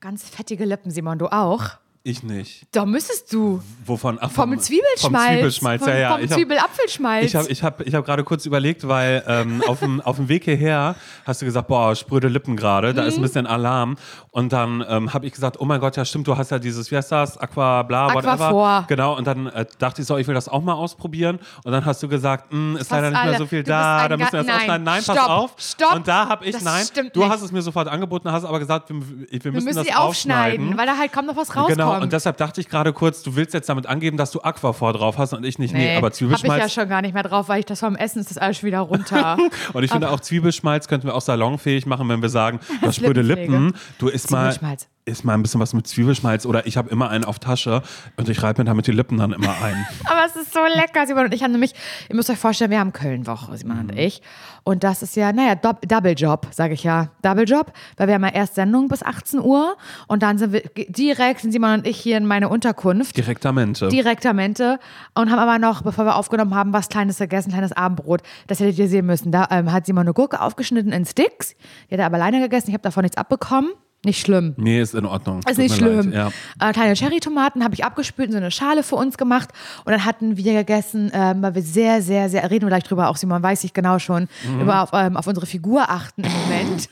ganz fettige Lippen, Simon, du auch? Ich nicht. Da müsstest du. Wovon? Ach, vom Zwiebelschmalz. Vom Zwiebelschmalz, ja. Vom Zwiebelapfelschmalz. Ich hab gerade kurz überlegt, weil auf dem Weg hierher hast du gesagt, boah, spröde Lippen gerade, da ist ein bisschen Alarm. Und dann habe ich gesagt, oh mein Gott, ja stimmt, du hast ja dieses, wie heißt das, Aqua, bla, whatever. Aquaphor. Genau, und dann dachte ich so, ich will das auch mal ausprobieren. Und dann hast du gesagt, ist leider nicht mehr so viel da, da müssen wir das ausschneiden. Nein, pass auf. Stopp. Und da habe ich, du hast es mir sofort angeboten, hast aber gesagt, wir müssen das aufschneiden. Weil da halt kaum noch was rauskommt. Genau, und deshalb dachte ich gerade kurz, du willst jetzt damit angeben, dass du Aquaphor drauf hast und ich nicht. Nee, aber Zwiebelschmalz. Habe ich ja schon gar nicht mehr drauf, weil ich das vom Essen ist das alles schon wieder runter. Und ich finde auch Zwiebelschmalz könnten wir auch salonfähig machen, wenn wir sagen, du hast spröde Lippen, du isst mal ein bisschen was mit Zwiebelschmalz oder ich habe immer einen auf Tasche und ich reibe mir damit die Lippen dann immer ein. Aber es ist so lecker, Simon und ich haben nämlich, ihr müsst euch vorstellen, wir haben Köln-Woche, Simon und ich. Und das ist ja, Double Job, sage ich ja. Double Job, weil wir haben ja erst Sendung bis 18 Uhr und dann sind Simon und ich hier in meine Unterkunft. Direktamente. Und haben aber noch, bevor wir aufgenommen haben, was Kleines gegessen, kleines Abendbrot. Das hättet ihr sehen müssen. Da hat Simon eine Gurke aufgeschnitten in Sticks. Die hat er aber alleine gegessen. Ich habe davon nichts abbekommen. Nicht schlimm. Nee, ist in Ordnung. Ist nicht schlimm. Leid, ja. Kleine Cherrytomaten habe ich abgespült in so eine Schale für uns gemacht. Und dann hatten wir gegessen, weil wir sehr, sehr, sehr, reden wir gleich drüber, auch Simon weiß ich genau schon, auf unsere Figur achten im Moment.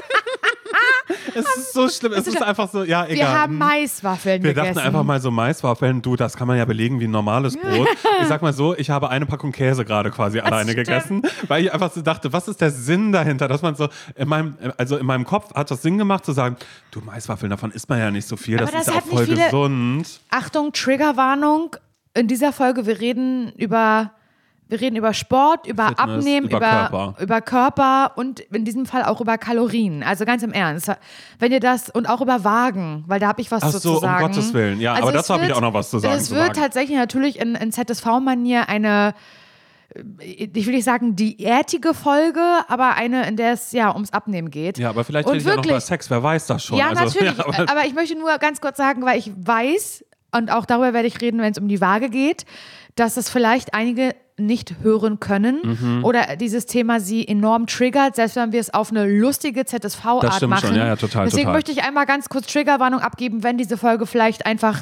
Es ist so schlimm, es ist einfach so, ja, egal. Wir haben Maiswaffeln gegessen. Wir dachten einfach mal so Maiswaffeln, du, das kann man ja belegen wie ein normales Brot. Ich sag mal so, ich habe eine Packung Käse gerade quasi alleine gegessen, weil ich einfach so dachte, was ist der Sinn dahinter, dass man so, in meinem Kopf hat das Sinn gemacht zu sagen, du, Maiswaffeln, davon isst man ja nicht so viel, das ist ja auch voll gesund. Achtung, Triggerwarnung, in dieser Folge, wir reden über Sport, über Fitness, Abnehmen, über Körper und in diesem Fall auch über Kalorien. Also ganz im Ernst. Wenn ihr das, und auch über Wagen, weil da habe ich was zu sagen. Ach so, um Gottes Willen. Ja, also aber dazu habe ich auch noch was zu sagen. Es wird tatsächlich natürlich in ZSV-Manier eine, ich will nicht sagen diätige Folge, aber eine, in der es ja ums Abnehmen geht. Ja, aber vielleicht rede ich ja noch über Sex, wer weiß das schon. Ja, natürlich. Ja, aber ich möchte nur ganz kurz sagen, weil ich weiß, und auch darüber werde ich reden, wenn es um die Waage geht, dass es vielleicht einige nicht hören können oder dieses Thema sie enorm triggert, selbst wenn wir es auf eine lustige ZSV-Art das stimmt machen. Schon. Ja, total. Deswegen möchte ich einmal ganz kurz Triggerwarnung abgeben, wenn diese Folge vielleicht einfach,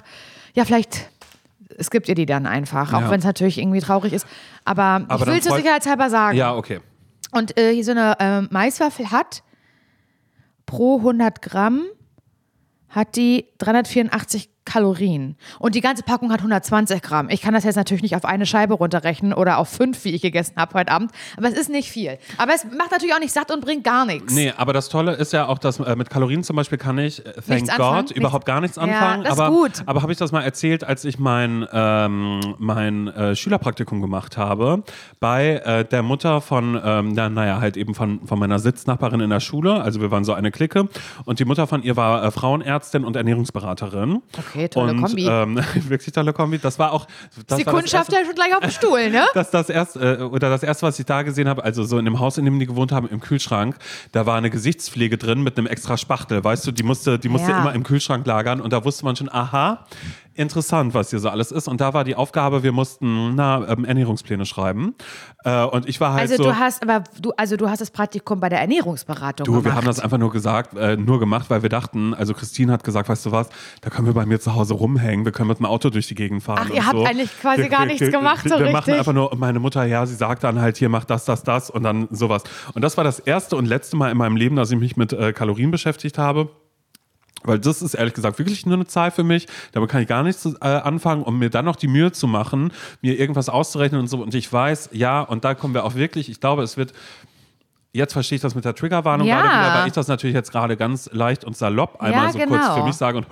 es gibt ihr die dann einfach, auch wenn es natürlich irgendwie traurig ist. Aber ich will es zur sicherheitshalber sagen. Ja, okay. Und hier so eine Maiswaffel hat pro 100 Gramm hat die 384 Kalorien. Und die ganze Packung hat 120 Gramm. Ich kann das jetzt natürlich nicht auf eine Scheibe runterrechnen oder auf 5, wie ich gegessen habe heute Abend. Aber es ist nicht viel. Aber es macht natürlich auch nicht satt und bringt gar nichts. Nee, aber das Tolle ist ja auch, dass mit Kalorien zum Beispiel kann ich, thank God, überhaupt gar nichts anfangen. Ja, das ist gut. Aber habe ich das mal erzählt, als ich mein Schülerpraktikum gemacht habe, bei der Mutter von, halt eben von meiner Sitznachbarin in der Schule. Also wir waren so eine Clique. Und die Mutter von ihr war Frauenärztin und Ernährungsberaterin. Okay, tolle Kombi. Wirklich tolle Kombi. Das war auch. Das die Kundschaft ja schon gleich auf dem Stuhl, ne? Das erste, was ich da gesehen habe, also so in dem Haus, in dem die gewohnt haben, im Kühlschrank, da war eine Gesichtspflege drin mit einem extra Spachtel. Weißt du, die musste immer im Kühlschrank lagern und da wusste man schon, aha, interessant, was hier so alles ist. Und da war die Aufgabe, wir mussten Ernährungspläne schreiben. Und ich war halt also so. Du hast das Praktikum bei der Ernährungsberatung gemacht. Wir haben das einfach nur gemacht, weil wir dachten, also Christine hat gesagt, weißt du was, da können wir bei mir zu Hause rumhängen, wir können mit dem Auto durch die Gegend fahren. Ach, ihr habt eigentlich quasi gar nichts gemacht, so richtig. Wir machen einfach nur, meine Mutter, sie sagt dann halt, hier, mach das und dann sowas. Und das war das erste und letzte Mal in meinem Leben, dass ich mich mit Kalorien beschäftigt habe. Weil das ist ehrlich gesagt wirklich nur eine Zahl für mich. Damit kann ich gar nichts anfangen, um mir dann noch die Mühe zu machen, mir irgendwas auszurechnen und so. Und ich weiß, und da kommen wir auch wirklich, ich glaube, es wird, jetzt verstehe ich das mit der Triggerwarnung gerade wieder, weil ich das natürlich jetzt gerade ganz leicht und salopp einmal kurz für mich sage.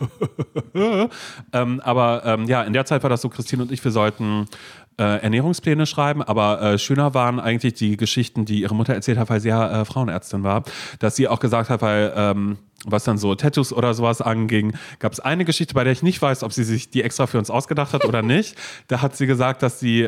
Und aber in der Zeit war das so, Christine und ich, wir sollten Ernährungspläne schreiben, aber schöner waren eigentlich die Geschichten, die ihre Mutter erzählt hat, weil sie ja Frauenärztin war, dass sie auch gesagt hat, weil was dann so Tattoos oder sowas anging, gab es eine Geschichte, bei der ich nicht weiß, ob sie sich die extra für uns ausgedacht hat oder nicht. Da hat sie gesagt, dass sie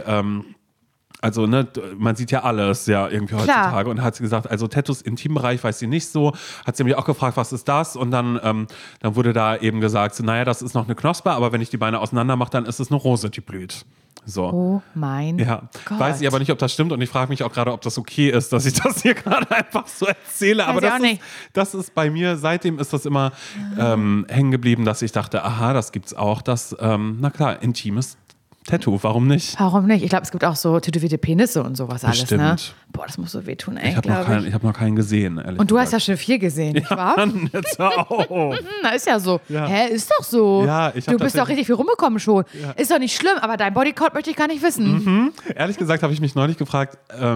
man sieht ja alles irgendwie heutzutage. Klar. Und hat sie gesagt, also Tattoos im Intimbereich weiß sie nicht so. Hat sie mich auch gefragt, was ist das? Und dann wurde da eben gesagt, so, naja, das ist noch eine Knospe, aber wenn ich die Beine auseinander mache, dann ist es eine Rose, die blüht. So. Oh mein Gott. Weiß ich aber nicht, ob das stimmt und ich frage mich auch gerade, ob das okay ist, dass ich das hier gerade einfach so erzähle. Aber das ist bei mir, seitdem ist das immer hängen geblieben, dass ich dachte, aha, das gibt's auch, das, na klar, intimes Tattoo, warum nicht? Warum nicht? Ich glaube, es gibt auch so tätowierte Penisse und sowas alles, Bestimmt. ne? Boah, das muss so wehtun, ey, Ich habe noch keinen gesehen, ehrlich Und du gesagt. hast ja schon 4 gesehen, nicht wahr? Jetzt hör auf. Na, ist ja so. Ja. Hä, ist doch so. Ja, du bist doch richtig viel rumgekommen schon. Ja. Ist doch nicht schlimm, aber dein Bodycount möchte ich gar nicht wissen. Ehrlich gesagt habe ich mich neulich gefragt,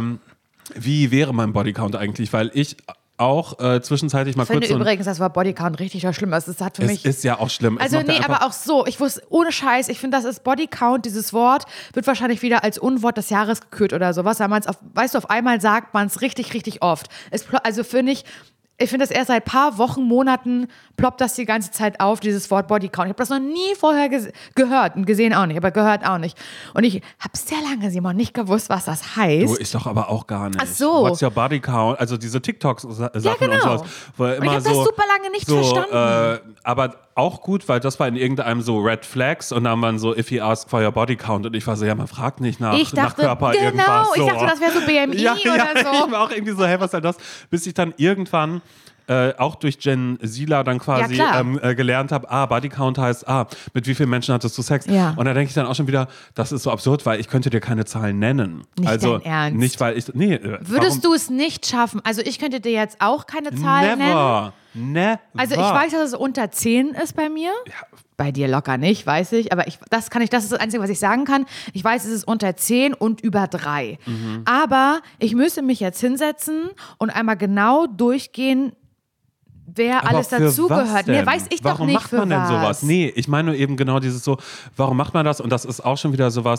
wie wäre mein Bodycount eigentlich, weil ich auch zwischenzeitlich mal Ich finde kurz übrigens, das Wort Bodycount richtig schlimm. Das hat für es mich... ist ja auch schlimm. Also nee, aber auch so, ich wusste, ohne Scheiß, ich finde, das ist Bodycount, dieses Wort wird wahrscheinlich wieder als Unwort des Jahres gekürt oder sowas, weil man es auf einmal sagt man es richtig, richtig oft. Also finde ich finde das erst seit ein paar Wochen, Monaten ploppt das die ganze Zeit auf, dieses Wort Bodycount. Ich habe das noch nie vorher gehört und gesehen auch nicht, aber gehört auch nicht. Und ich habe sehr lange, Simon, nicht gewusst, was das heißt. Du, ich doch aber auch gar nicht. Ach so. What's your body count? Also diese TikToks-Sachen genau. und sowas. Und ich habe das super lange nicht verstanden. Aber auch gut, weil das war in irgendeinem so Red Flags und dann waren so, if he asks for your body count und ich war so, ja, man fragt nicht nach Körper irgendwas. So. Ich dachte, das wäre so BMI oder so. Ich war auch irgendwie so, hey, was ist das? Bis ich dann irgendwann auch durch Jen Sila dann quasi gelernt habe, Bodycount heißt, mit wie vielen Menschen hattest du Sex? Ja. Und da denke ich dann auch schon wieder, das ist so absurd, weil ich könnte dir keine Zahlen nennen. Nicht also dein Ernst? Nicht, weil ich, nee. Würdest du es nicht schaffen? Also ich könnte dir jetzt auch keine Zahlen nennen. Never. Also ich weiß, dass es unter 10 ist bei mir. Ja. Bei dir locker nicht, weiß ich. Aber das ist das Einzige, was ich sagen kann. Ich weiß, es ist unter 10 und über 3. Aber ich müsste mich jetzt hinsetzen und einmal genau durchgehen, wer Aber alles dazugehört. Nee, weiß ich warum doch nicht, macht man denn was. sowas? Nee, ich meine nur eben genau dieses so, warum macht man das? Und das ist auch schon wieder sowas,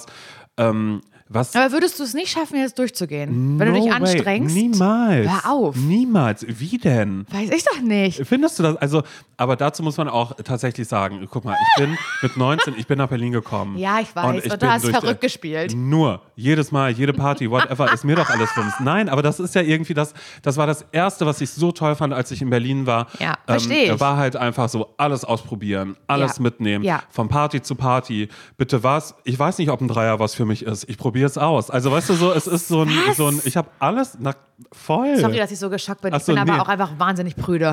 was... Aber würdest du es nicht schaffen, jetzt durchzugehen? Wenn du dich anstrengst? Niemals. Hör auf. Niemals. Wie denn? Weiß ich doch nicht. Findest du das? Also, aber dazu muss man auch tatsächlich sagen, guck mal, ich bin mit 19, ich bin nach Berlin gekommen. Ja, ich weiß. Und du hast verrückt gespielt. Nur, jedes Mal, jede Party, whatever, ist mir doch alles Wumms. Nein, aber das ist ja irgendwie das war das Erste, was ich so toll fand, als ich in Berlin war. Ja, verstehe ich. War halt einfach so, alles ausprobieren, alles mitnehmen. Ja. Von Party zu Party. Bitte was? Ich weiß nicht, ob ein Dreier was für mich ist. Ich probiere es aus. Also, weißt du, so, es ist so ein ich habe alles, voll. Sorry, dass ich so geschockt bin. Ach so, ich bin aber nee. auch einfach wahnsinnig prüde.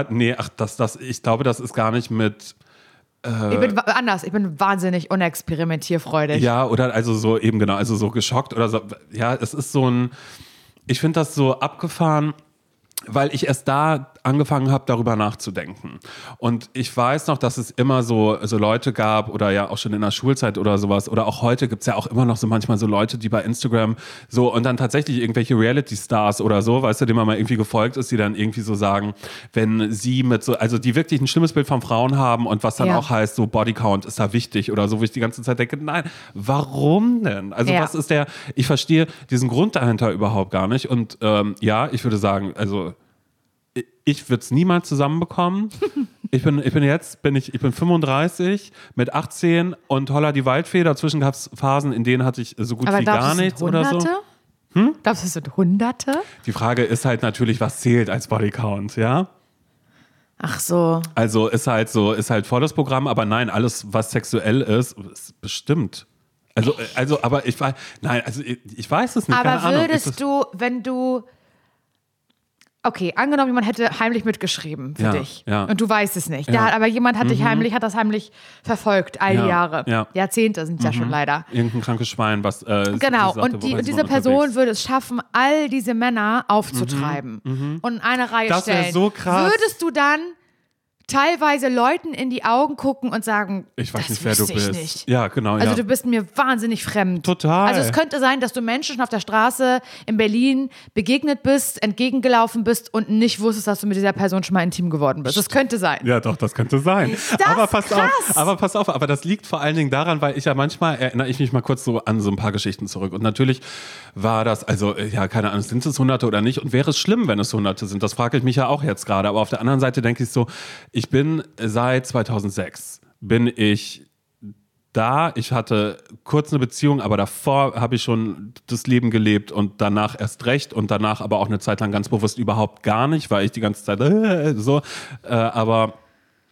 Ich glaube, das ist gar nicht mit... Ich bin anders. Ich bin wahnsinnig unexperimentierfreudig. Ja, oder also so eben genau, also so geschockt oder so. Ja, es ist so ein... Ich finde das so abgefahren, weil ich erst da angefangen habe, darüber nachzudenken. Und ich weiß noch, dass es immer so Leute gab oder ja auch schon in der Schulzeit oder sowas oder auch heute gibt es ja auch immer noch so manchmal so Leute, die bei Instagram so und dann tatsächlich irgendwelche Reality-Stars oder so, weißt du, denen man mal irgendwie gefolgt ist, die dann irgendwie so sagen, wenn sie mit so, also die wirklich ein schlimmes Bild von Frauen haben und was dann auch heißt, so Bodycount ist da wichtig oder so, wo ich die ganze Zeit denke, nein, warum denn? Also was ist ich verstehe diesen Grund dahinter überhaupt gar nicht und ich würde sagen, also ich würde es niemals zusammenbekommen. Ich bin 35 mit 18 und holla die Waldfee. Dazwischen gab es Phasen, in denen hatte ich so gut wie gar nichts oder so. Glaubst du, es sind Hunderte? Die Frage ist halt natürlich, was zählt als Bodycount, ja? Ach so. Also ist halt voll das Programm, aber nein, alles, was sexuell ist bestimmt. Aber ich weiß es nicht. Aber keine Ahnung. Würdest du, wenn du... Okay, angenommen, jemand hätte heimlich mitgeschrieben für dich. Ja. Und du weißt es nicht. Ja. Aber jemand hat hat das heimlich verfolgt, all die Jahre. Ja. Jahrzehnte sind es ja schon leider. Irgendein krankes Schwein, was. Genau, sagte, und diese Person würde es schaffen, all diese Männer aufzutreiben und in eine Reihe das stellen. Das wäre so krass. Würdest du dann teilweise Leuten in die Augen gucken und sagen, ich weiß das nicht, wer du bist. Nicht. Ja, genau. Also du bist mir wahnsinnig fremd. Total. Also es könnte sein, dass du Menschen schon auf der Straße in Berlin begegnet bist, entgegengelaufen bist und nicht wusstest, dass du mit dieser Person schon mal intim geworden bist. Das könnte sein. Ja, doch, das könnte sein. Aber pass auf, aber das liegt vor allen Dingen daran, weil ich ja manchmal, erinnere ich mich mal kurz so an so ein paar Geschichten zurück. Und natürlich war das, also ja, keine Ahnung, sind es Hunderte oder nicht? Und wäre es schlimm, wenn es Hunderte sind? Das frage ich mich ja auch jetzt gerade. Aber auf der anderen Seite denke ich so, ich bin seit 2006 bin ich da. Ich hatte kurz eine Beziehung, aber davor habe ich schon das Leben gelebt und danach erst recht und danach aber auch eine Zeit lang ganz bewusst überhaupt gar nicht, weil ich die ganze Zeit aber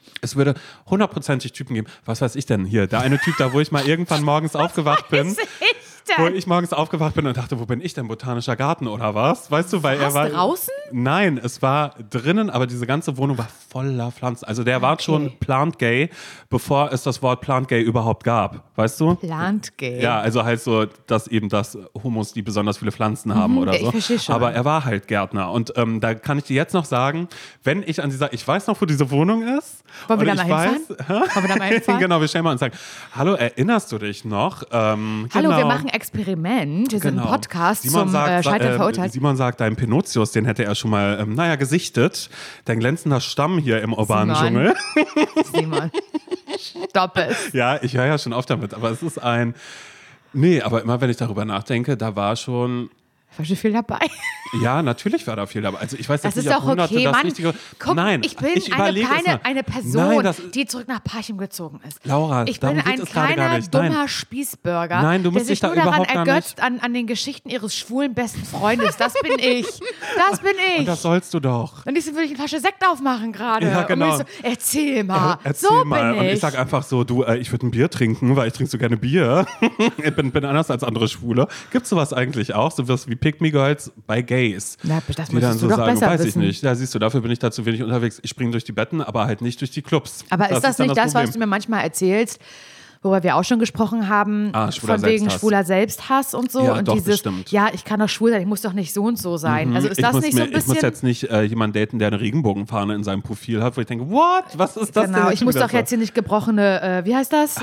Es würde hundertprozentig Typen geben. Was weiß ich denn hier? Der eine Typ da, wo ich mal irgendwann morgens aufgewacht bin. Wo ich morgens aufgewacht bin und dachte, wo bin ich denn? Botanischer Garten oder was? Weißt du, weil er war draußen? Nein, es war drinnen, aber diese ganze Wohnung war voller Pflanzen. Also der war schon plant gay, bevor es das Wort plant gay überhaupt gab. Weißt du? Plant gay. Ja, also halt so, dass eben das Homos, die besonders viele Pflanzen haben oder so. Ich verstehe schon. Aber er war halt Gärtner. Und da kann ich dir jetzt noch sagen, wenn ich an dieser, ich weiß noch, wo diese Wohnung ist. Wollen wir da mal hinfahren? Wollen wir da mal hinfahren? Genau, wir stellen mal und sagen, hallo, erinnerst du dich noch? Hallo, wir machen Experiment. Wir sind ein Podcast zum Scheitern verurteilt. Simon sagt, dein Pinocchius, den hätte er schon mal, gesichtet. Dein glänzender Stamm hier im urbanen Dschungel. Simon, stopp es. Ja, ich höre ja schon oft damit, aber es ist nee, aber immer wenn ich darüber nachdenke, da war schon viel dabei. Ja, natürlich war da viel dabei. Also ich weiß das jetzt ist nicht, auch okay, das Mann. Richtige... Guck, Nein, ich bin eine Person, die zurück nach Parchim gezogen ist. Laura, ich bin ein kleiner, dummer Spießbürger, Nein, du musst der sich dich nur da daran überhaupt ergötzt an den Geschichten ihres schwulen besten Freundes. Das bin ich. Das bin ich. Und das sollst du doch. Und ich will eine Flasche Sekt aufmachen gerade. Ja, genau. Und ich so, erzähl mal. Erzähl so mal. bin Und ich. ich sag einfach so, du, ich würde ein Bier trinken, weil ich trinke so gerne Bier. Ich bin anders als andere Schwule. Gibt's sowas eigentlich auch? Sowas wie Pick-Me-Girls bei Gays? Ja, das die dann müsstest so du doch sagen, besser weiß wissen. ich nicht. Ja, siehst du, dafür bin ich da zu wenig unterwegs. Ich springe durch die Betten, aber halt nicht durch die Clubs. Aber ist das dann nicht das, was du mir manchmal erzählst, worüber wir auch schon gesprochen haben, von wegen schwuler Selbsthass und so? Ja, und doch, dieses, bestimmt. ja, ich kann doch schwul sein, ich muss doch nicht so und so sein. Also ist das nicht so ein bisschen... Ich muss jetzt nicht jemanden daten, der eine Regenbogenfahne in seinem Profil hat, wo ich denke, what? Was ist das denn? Genau, ich muss doch jetzt hier nicht gebrochene, wie heißt das?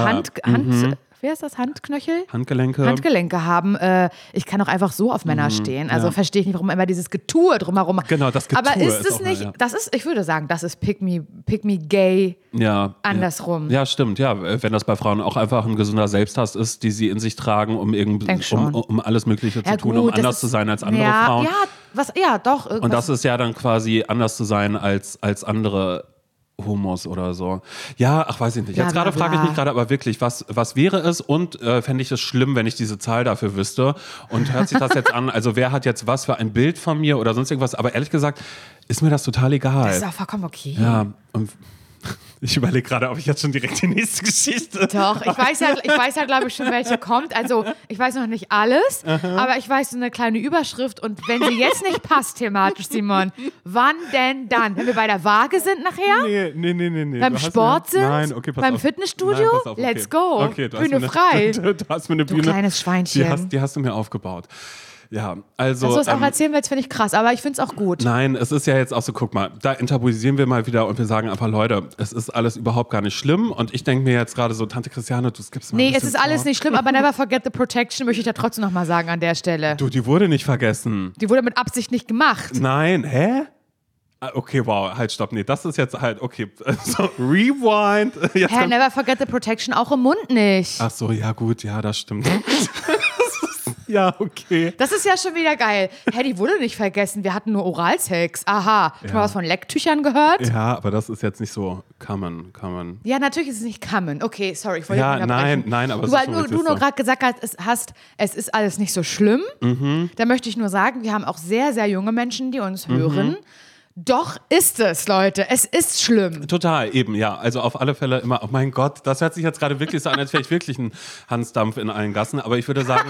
Wie heißt das? Handknöchel? Handgelenke haben. Ich kann auch einfach so auf Männer stehen. Also verstehe ich nicht, warum immer dieses Getue drumherum. Genau, das Getue. Aber ist es nicht, das ist, ich würde sagen, das ist Pick me gay andersrum. Ja, stimmt. Ja, wenn das bei Frauen auch einfach ein gesunder Selbsthass ist, die sie in sich tragen, um alles Mögliche zu tun, um anders zu sein als andere Frauen. Doch. Und das ist ja dann quasi anders zu sein als andere Homos oder so. Ja, weiß ich nicht. Jetzt gerade frage ich mich gerade aber wirklich, was wäre es und fände ich es schlimm, wenn ich diese Zahl dafür wüsste und hört sich das jetzt an, also wer hat jetzt was für ein Bild von mir oder sonst irgendwas, aber ehrlich gesagt ist mir das total egal. Das ist auch vollkommen okay. Ja, und ich überlege gerade, ob ich jetzt schon direkt die nächste Geschichte... Doch, ich weiß ja, glaube ich, schon, welche kommt. Also, ich weiß noch nicht alles, aber ich weiß so eine kleine Überschrift. Und wenn sie jetzt nicht passt thematisch, Simon, wann denn dann? Wenn wir bei der Waage sind nachher? Nee. Beim Sport sind? Nein, okay, pass Beim auf. Fitnessstudio? Nein, pass auf, okay. Let's go. Okay, Bühne frei. Du hast mir eine Bühne... Du kleines Schweinchen. Die hast du mir aufgebaut. Ja, also... Dass du es auch erzählen willst, finde ich krass, aber ich finde es auch gut. Nein, es ist ja jetzt auch so, guck mal, da enttabuisieren wir mal wieder und wir sagen einfach, Leute, es ist alles überhaupt gar nicht schlimm und ich denke mir jetzt gerade so, Tante Christiane, du skippst mal ein bisschen es ist alles nicht schlimm, aber never forget the protection, möchte ich da trotzdem nochmal sagen an der Stelle. Du, die wurde nicht vergessen. Die wurde mit Absicht nicht gemacht. Nein, hä? Okay, wow, halt, stopp, nee, das ist jetzt halt, okay, so, rewind. Never forget the protection, auch im Mund nicht. Ach so, ja gut, ja, das stimmt. Ja, okay. Das ist ja schon wieder geil. Die wurde nicht vergessen, wir hatten nur Oralsex. Aha, schon mal was von Lecktüchern gehört? Ja, aber das ist jetzt nicht so common. Ja, natürlich ist es nicht common. Okay, sorry, ich wollte nicht unterbrechen. Nein, aber weil du nur gerade gesagt hast, es ist alles nicht so schlimm. Da möchte ich nur sagen, wir haben auch sehr, sehr junge Menschen, die uns hören. Doch ist es, Leute. Es ist schlimm. Total, eben, ja. Also auf alle Fälle immer, oh mein Gott, das hört sich jetzt gerade wirklich so an, als wäre ich wirklich ein Hansdampf in allen Gassen. Aber ich würde sagen,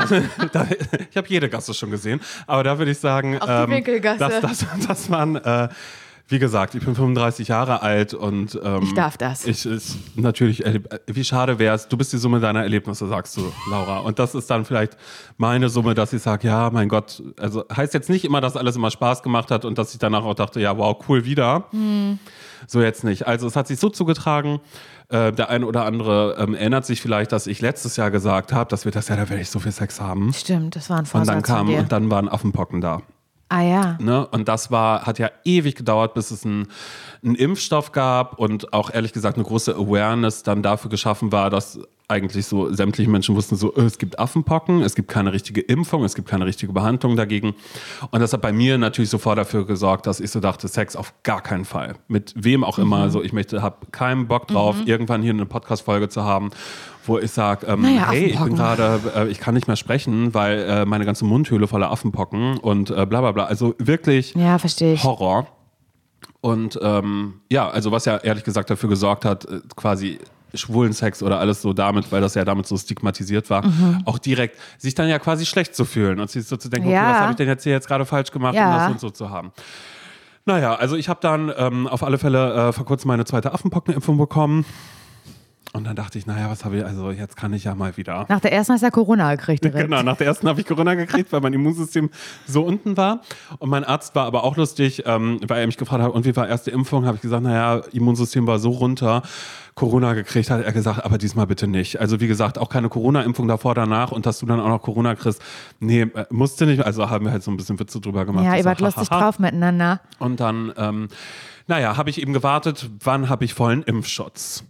ich habe jede Gasse schon gesehen, aber da würde ich sagen, auch die Winkelgasse. dass man... wie gesagt, ich bin 35 Jahre alt und ich darf das. Natürlich, wie schade wäre es, du bist die Summe deiner Erlebnisse, sagst du, Laura. Und das ist dann vielleicht meine Summe, dass ich sage, ja, mein Gott, also heißt jetzt nicht immer, dass alles immer Spaß gemacht hat und dass ich danach auch dachte, ja, wow, cool, wieder. So jetzt nicht. Also es hat sich so zugetragen, der eine oder andere erinnert sich vielleicht, dass ich letztes Jahr gesagt habe, das wird das Jahr, da werde ich so viel Sex haben. Stimmt, das war ein Vorsatz von dir. Und dann waren Affenpocken da. Ah ja. Ne? Und das hat ja ewig gedauert, bis es einen Impfstoff gab und auch ehrlich gesagt eine große Awareness dann dafür geschaffen war, dass eigentlich so sämtliche Menschen wussten so, es gibt Affenpocken, es gibt keine richtige Impfung, es gibt keine richtige Behandlung dagegen. Und das hat bei mir natürlich sofort dafür gesorgt, dass ich so dachte, Sex auf gar keinen Fall. Mit wem auch immer. So, ich habe keinen Bock drauf, irgendwann hier eine Podcast-Folge zu haben, wo ich sage, hey, ich bin gerade, ich kann nicht mehr sprechen, weil meine ganze Mundhöhle voller Affenpocken und bla bla bla. Also wirklich verstehe ich. Horror. Und ja, also was ja ehrlich gesagt dafür gesorgt hat, quasi schwulen Sex oder alles so damit, weil das ja damit so stigmatisiert war, auch direkt sich dann ja quasi schlecht zu fühlen und sich so zu denken, okay, was habe ich denn jetzt hier gerade falsch gemacht, um das und so zu haben. Naja, also ich habe dann auf alle Fälle vor kurzem meine zweite Affenpockenimpfung bekommen. Und dann dachte ich, naja, was habe ich, also jetzt kann ich ja mal wieder. Nach der ersten hast du ja Corona gekriegt direkt. Genau, nach der ersten habe ich Corona gekriegt, weil mein Immunsystem so unten war. Und mein Arzt war aber auch lustig, weil er mich gefragt hat, und wie war erste Impfung? Habe ich gesagt, naja, Immunsystem war so runter. Corona gekriegt, hat er gesagt, aber diesmal bitte nicht. Also wie gesagt, auch keine Corona-Impfung davor, danach und dass du dann auch noch Corona kriegst. Nee, musste nicht. Also haben wir halt so ein bisschen Witze drüber gemacht. Ja, ihr wart lustig drauf miteinander. Und dann, naja, habe ich eben gewartet, wann habe ich vollen Impfschutz?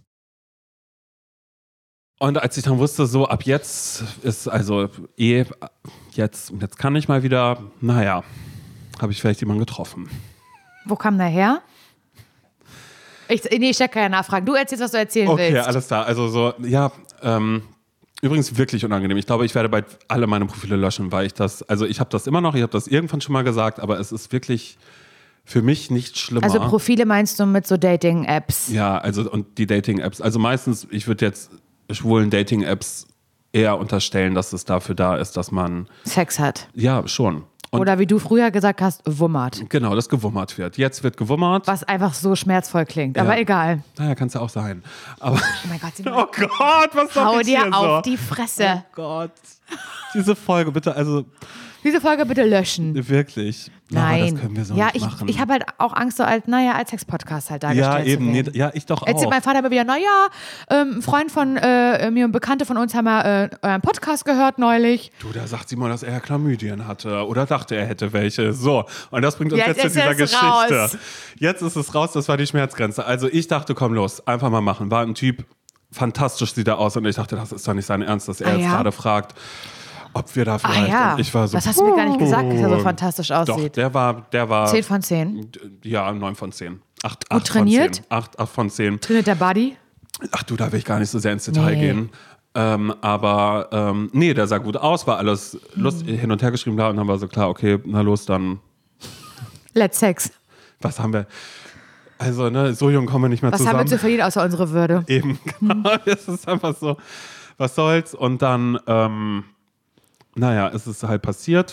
Und als ich dann wusste, so ab jetzt ist also jetzt kann ich mal wieder, naja, habe ich vielleicht jemanden getroffen. Wo kam der her? Ich stecke keine Nachfragen. Du erzählst, was du erzählen willst. Okay, alles klar. Also so, ja, übrigens wirklich unangenehm. Ich glaube, ich werde bald alle meine Profile löschen, weil ich habe das immer noch, ich habe das irgendwann schon mal gesagt, aber es ist wirklich für mich nicht schlimmer. Also Profile meinst du mit so Dating-Apps? Ja, also und die Dating-Apps. Also meistens, ich würde jetzt schwulen Dating-Apps eher unterstellen, dass es dafür da ist, dass man Sex hat. Ja, schon. Und oder wie du früher gesagt hast, wummert. Genau, dass gewummert wird. Jetzt wird gewummert. Was einfach so schmerzvoll klingt, aber egal. Naja, kann es ja auch sein. Aber oh mein Gott, oh Gott, was soll hau ich dir hier auf so? Die Fresse. Oh Gott. Diese Folge, bitte, also diese Folge bitte löschen. Wirklich. Nein. Aber das können wir so nicht machen. Ich habe halt auch Angst, so als Sex-Podcast halt dargestellt ja, eben, zu werden. Nee, ja, ich doch auch. Erzählt mein Vater immer wieder, ein Freund von mir und Bekannte von uns haben ja euren Podcast gehört neulich. Du, da sagt Simon, dass er Chlamydien hatte oder dachte, er hätte welche. So, und das bringt uns jetzt zu dieser Geschichte. Raus. Jetzt ist es raus, das war die Schmerzgrenze. Also ich dachte, komm los, einfach mal machen. War ein Typ, fantastisch sieht er aus und ich dachte, das ist doch nicht sein Ernst, dass er jetzt gerade fragt, ob wir da vielleicht... Und ich war so, das hast du mir gar nicht gesagt, dass er so fantastisch aussieht. Doch, der war 10 von 10? Ja, 9 von 10. 8 trainiert? 8 von 10. Trainiert der Buddy? Ach du, da will ich gar nicht so sehr ins Detail gehen. Aber nee, der sah gut aus, war alles lustig, hin und her geschrieben da und dann war so klar, okay, na los, dann... Let's Sex. Was haben wir... Also, ne, so jung kommen wir nicht mehr zusammen. Was haben wir zu verlieren, außer unsere Würde? Eben, genau. Es ist einfach so, was soll's. Und dann, naja, es ist halt passiert.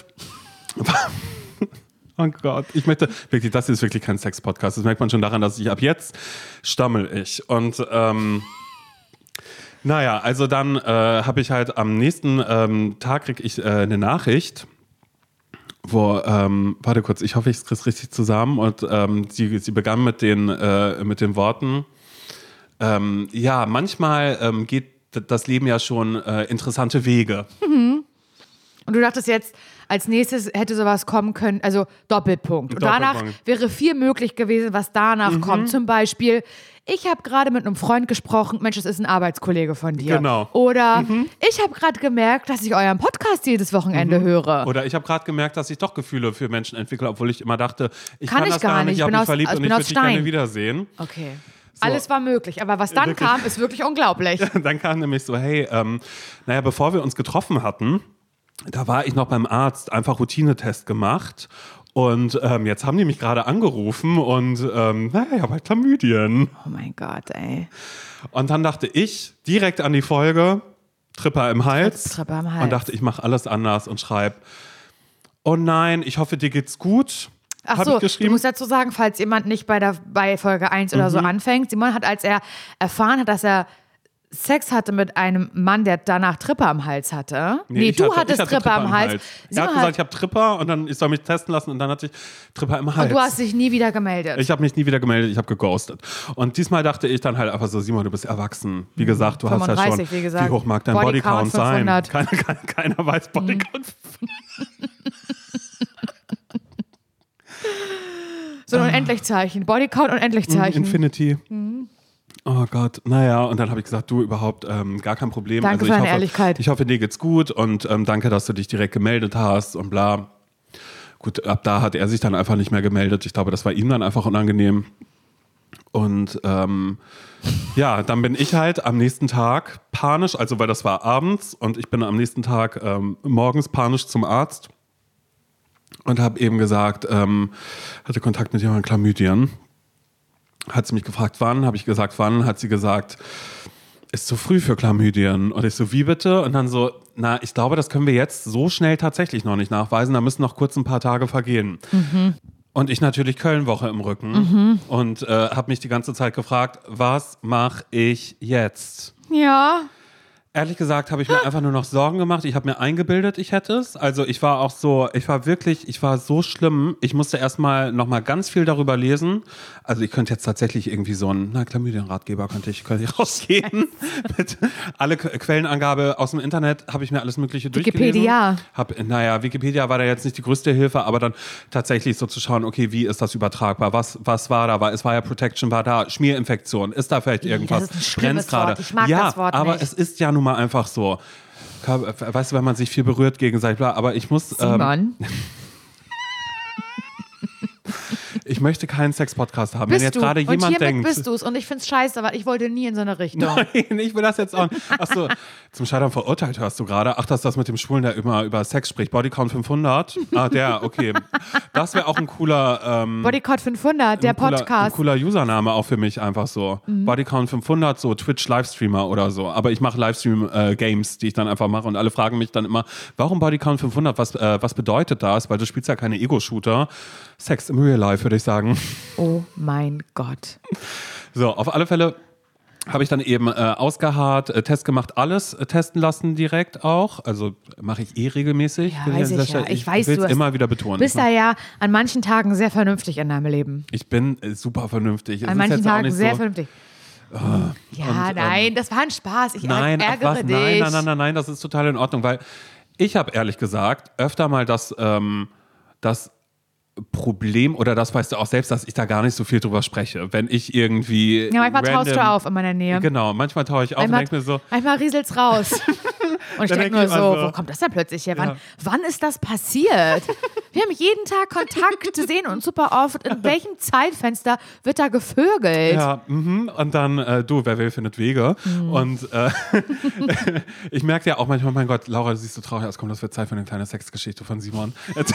Oh Gott, ich möchte, wirklich, das ist wirklich kein Sex-Podcast. Das merkt man schon daran, dass ich ab jetzt stammel ich. Und, naja, also dann habe ich halt am nächsten Tag krieg ich eine Nachricht, wo, warte kurz, ich hoffe, ich kriege es richtig zusammen. Und sie begann mit den Worten, ja, manchmal geht das Leben ja schon interessante Wege. Mhm. Und du dachtest jetzt, als nächstes hätte sowas kommen können, also Doppelpunkt. Und danach wäre viel möglich gewesen, was danach kommt. Zum Beispiel, ich habe gerade mit einem Freund gesprochen, Mensch, das ist ein Arbeitskollege von dir. Genau. Oder ich habe gerade gemerkt, dass ich euren Podcast jedes Wochenende höre. Oder ich habe gerade gemerkt, dass ich doch Gefühle für Menschen entwickle, obwohl ich immer dachte, ich kann das gar nicht. Ich habe mich verliebt und ich würde dich gerne wiedersehen. Okay. So. Alles war möglich, aber was dann kam, ist wirklich unglaublich. Dann kam nämlich so, hey, naja, bevor wir uns getroffen hatten, da war ich noch beim Arzt, einfach Routinetest gemacht und jetzt haben die mich gerade angerufen und naja, ich habe halt Chlamydien. Oh mein Gott, ey. Und dann dachte ich direkt an die Folge, Tripper im Hals. Und dachte, ich mache alles anders und schreibe, oh nein, ich hoffe, dir geht's gut. Ach so, du musst dazu sagen, falls jemand nicht bei Folge 1 oder so anfängt, Simon hat, als er erfahren hat, dass er Sex hatte mit einem Mann, der danach Tripper am Hals hatte. Nee, du hattest Tripper am Hals. Er hat gesagt, ich habe Tripper und dann ich soll mich testen lassen und dann hatte ich Tripper im Hals. Und du hast dich nie wieder gemeldet. Ich habe mich nie wieder gemeldet, ich habe geghostet. Und diesmal dachte ich dann halt einfach so, Simon, du bist erwachsen. Wie gesagt, du 35, hast ja schon, wie hoch mag dein Bodycount sein? Keiner weiß Bodycount. So ein Unendlichzeichen. Bodycount Unendlichzeichen. Infinity. Oh Gott, naja, und dann habe ich gesagt, du überhaupt gar kein Problem. Danke für deine Ehrlichkeit. Ich hoffe, dir geht's gut und danke, dass du dich direkt gemeldet hast und bla. Gut, ab da hat er sich dann einfach nicht mehr gemeldet. Ich glaube, das war ihm dann einfach unangenehm. Und ja, dann bin ich halt am nächsten Tag panisch, also weil das war abends und ich bin am nächsten Tag morgens panisch zum Arzt und habe eben gesagt, hatte Kontakt mit jemandem Chlamydien. hat sie mich gefragt, wann, habe ich gesagt, wann, hat sie gesagt, ist zu früh für Chlamydien. Und ich so, wie bitte? Und dann so, na, ich glaube, das können wir jetzt so schnell tatsächlich noch nicht nachweisen, da müssen noch kurz ein paar Tage vergehen. Und ich natürlich Köln-Woche im Rücken und habe mich die ganze Zeit gefragt, was mache ich jetzt? Ja. Ehrlich gesagt habe ich mir einfach nur noch Sorgen gemacht. Ich habe mir eingebildet, ich hätte es. Also ich war so schlimm. Ich musste erstmal nochmal ganz viel darüber lesen. Also ich könnte jetzt tatsächlich irgendwie so einen Chlamydien-Ratgeber könnte ich rausgeben. Mit alle Quellenangabe aus dem Internet habe ich mir alles Mögliche durchgelesen. Wikipedia. Wikipedia war da jetzt nicht die größte Hilfe, aber dann tatsächlich so zu schauen, okay, wie ist das übertragbar? Was war da? Es war ja Protection, war da Schmierinfektion? Ist da vielleicht irgendwas? Das ist ein schlimmes Wort. Ich mag das Wort aber nicht. es ist ja nun mal einfach so. Weißt du, wenn man sich viel berührt gegenseitig, aber ich muss... Simon. Ich möchte keinen Sex-Podcast haben. Bist wenn jetzt du? gerade jemand und hiermit denkt... bist du es. Und ich finde es scheiße, weil ich wollte nie in so eine Richtung. Nein, ich will das jetzt auch... Achso, zum Scheitern verurteilt hörst du gerade. Ach, das ist das mit dem Schwulen, der immer über Sex spricht. Bodycount 500? Ah, der, okay. Das wäre auch ein cooler... Bodycount 500, der Podcast. Ein cooler Username auch für mich, einfach so. Bodycount 500, so Twitch-Livestreamer oder so. Aber ich mache Livestream-Games, die ich dann einfach mache. Und alle fragen mich dann immer, warum Bodycount 500? Was bedeutet das? Weil du spielst ja keine Ego-Shooter. Sex im Real Life, würde ich sagen. Oh mein Gott. So, auf alle Fälle habe ich dann eben ausgeharrt, Test gemacht, alles testen lassen direkt auch. Also mache ich regelmäßig. Ja, weiß ich ja. Ich weiß, will es immer wieder betonen. Du bist da ja an manchen Tagen sehr vernünftig in deinem Leben. Ich bin super vernünftig. An manchen Tagen sehr vernünftig. Ja, nein, das war ein Spaß. Ich ärgere dich. Nein, das ist total in Ordnung, weil ich habe ehrlich gesagt öfter mal das Problem, oder das weißt du auch selbst, dass ich da gar nicht so viel drüber spreche. Wenn ich irgendwie. Ja, manchmal taust du auf in meiner Nähe. Genau, manchmal taue ich auf und denke mir so. Manchmal rieselt's raus. Und ich denke nur so, wo kommt das denn plötzlich her? Wann ist das passiert? Wir haben jeden Tag Kontakt, sehen uns super oft. In welchem Zeitfenster wird da gevögelt? Ja, und dann, wer will, findet Wege. Und ich merke ja auch manchmal, mein Gott, Laura, du siehst so traurig aus, komm, das wird Zeit für eine kleine Sexgeschichte von Simon.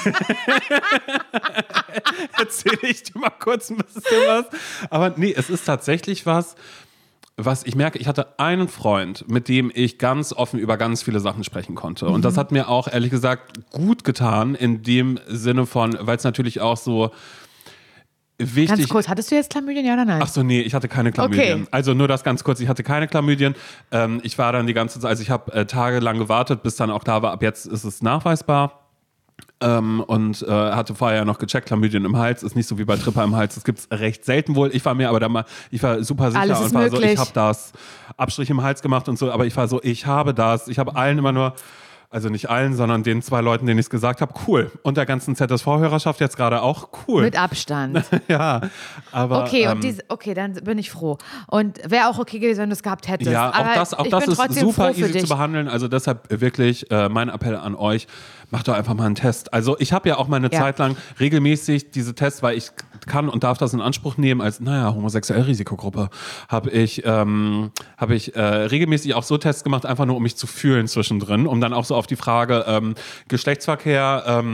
Erzähle ich dir mal kurz ein bisschen was. Aber nee, es ist tatsächlich was ich merke. Ich hatte einen Freund, mit dem ich ganz offen über ganz viele Sachen sprechen konnte. Und das hat mir auch, ehrlich gesagt, gut getan, in dem Sinne von, weil es natürlich auch so wichtig... Ganz kurz, hattest du jetzt Chlamydien, ja oder nein? Ach so, nee, ich hatte keine Chlamydien. Okay. Also nur das ganz kurz, ich hatte keine Chlamydien. Ich war dann die ganze Zeit, also ich habe tagelang gewartet, bis dann auch da war, ab jetzt ist es nachweisbar. Und hatte vorher ja noch gecheckt, Chlamydien im Hals, ist nicht so wie bei Tripper im Hals, das gibt es recht selten wohl. Ich war super sicher Alles ist und war möglich. so, ich habe das Abstrich im Hals gemacht und so, aber ich war so, ich habe das. Ich habe allen immer nur, also nicht allen, sondern den 2 Leuten, denen ich es gesagt habe, cool. Und der ganzen ZSV-Hörerschaft jetzt gerade auch, cool. Mit Abstand. Ja, aber... Okay, dann bin ich froh. Und wäre auch okay gewesen, wenn du es gehabt hättest. Ja, aber auch das ist super easy zu behandeln. Also deshalb wirklich mein Appell an euch, macht doch einfach mal einen Test. Also ich habe ja auch mal eine Zeit lang regelmäßig diese Tests, weil ich kann und darf das in Anspruch nehmen als, homosexuelle Risikogruppe, habe ich regelmäßig auch so Tests gemacht, einfach nur um mich zu fühlen zwischendrin, um dann auch so auf die Frage Geschlechtsverkehr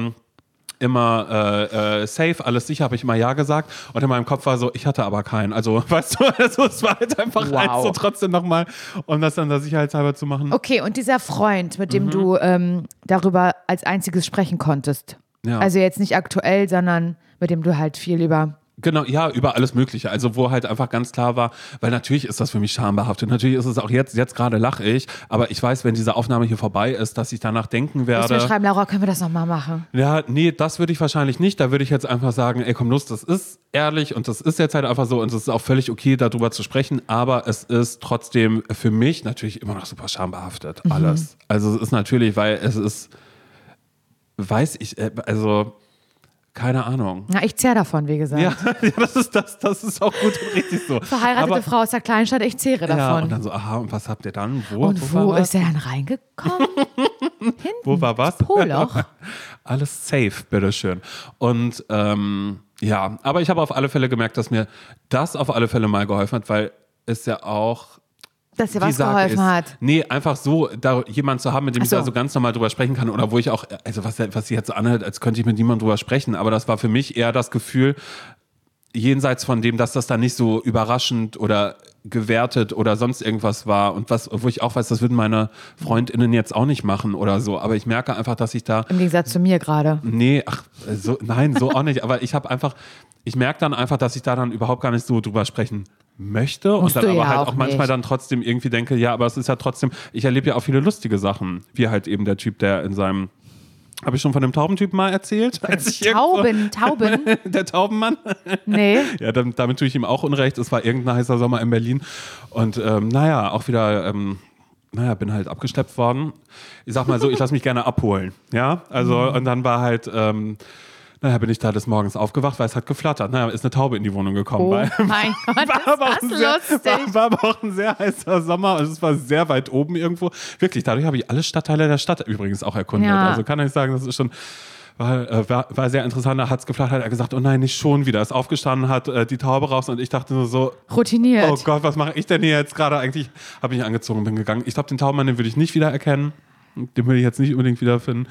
immer safe, alles sicher, habe ich immer ja gesagt. Und in meinem Kopf war so, ich hatte aber keinen. Also, weißt du, es war halt einfach eins so trotzdem nochmal, um das dann da sicherheitshalber zu machen. Okay, und dieser Freund, mit dem du darüber als einziges sprechen konntest. Ja. Also jetzt nicht aktuell, sondern mit dem du halt viel über... Genau, ja, über alles Mögliche. Also wo halt einfach ganz klar war, weil natürlich ist das für mich schambehaftet. Natürlich ist es auch jetzt gerade lache ich, aber ich weiß, wenn diese Aufnahme hier vorbei ist, dass ich danach denken werde. Willst du mir schreiben, Laura, können wir das nochmal machen? Ja, nee, das würde ich wahrscheinlich nicht. Da würde ich jetzt einfach sagen, ey, komm los, das ist ehrlich und das ist jetzt halt einfach so und es ist auch völlig okay, darüber zu sprechen, aber es ist trotzdem für mich natürlich immer noch super schambehaftet, alles. Also es ist natürlich, weil es ist, keine Ahnung. Na, ich zehre davon, wie gesagt. Ja, das ist auch gut und richtig so. Verheiratete Frau aus der Kleinstadt, ich zehre davon. Ja, und dann so, aha, und was habt ihr dann? Wo ist er dann reingekommen? Hinten. Wo war was? Poloch. Alles safe, bitteschön. Und ja, aber ich habe auf alle Fälle gemerkt, dass mir das auf alle Fälle mal geholfen hat, weil es ja auch... Dass dir was geholfen hat. Nee, einfach so, da jemanden zu haben, mit dem ich da so ganz normal drüber sprechen kann oder wo ich auch, also was sich jetzt so anhört, als könnte ich mit niemandem drüber sprechen, aber das war für mich eher das Gefühl, jenseits von dem, dass das dann nicht so überraschend oder gewertet oder sonst irgendwas war und wo ich auch weiß, das würden meine FreundInnen jetzt auch nicht machen oder so, aber ich merke einfach, dass ich da... Im Gegensatz zu mir gerade. Nee, nein, so auch nicht, aber ich merke dann einfach, dass ich da dann überhaupt gar nicht so drüber sprechen möchte und dann aber halt auch manchmal dann trotzdem irgendwie denke, ja, aber es ist ja trotzdem, ich erlebe ja auch viele lustige Sachen, wie halt eben der Typ, der in seinem... Habe ich schon von dem Taubentyp mal erzählt? Tauben? Der Taubenmann? Nee. Ja, damit tue ich ihm auch Unrecht. Es war irgendein heißer Sommer in Berlin. Und auch wieder, bin halt abgeschleppt worden. Ich sag mal so, ich lasse mich gerne abholen. Ja, also und dann war halt... bin ich da des Morgens aufgewacht, weil es hat geflattert. Ist eine Taube in die Wohnung gekommen. Oh mein Gott, ist das lustig. War aber auch ein sehr heißer Sommer und es war sehr weit oben irgendwo. Wirklich, dadurch habe ich alle Stadtteile der Stadt übrigens auch erkundet. Ja. Also kann ich sagen, das ist schon... War sehr interessant, da hat es geflattert, hat er gesagt, oh nein, nicht schon wieder. Ist aufgestanden, hat die Taube raus und ich dachte nur so... Routiniert. Oh Gott, was mache ich denn hier jetzt gerade? Eigentlich habe ich mich angezogen und bin gegangen. Ich glaube, den Taubenmann, den würde ich nicht wiedererkennen. Den würde ich jetzt nicht unbedingt wiederfinden.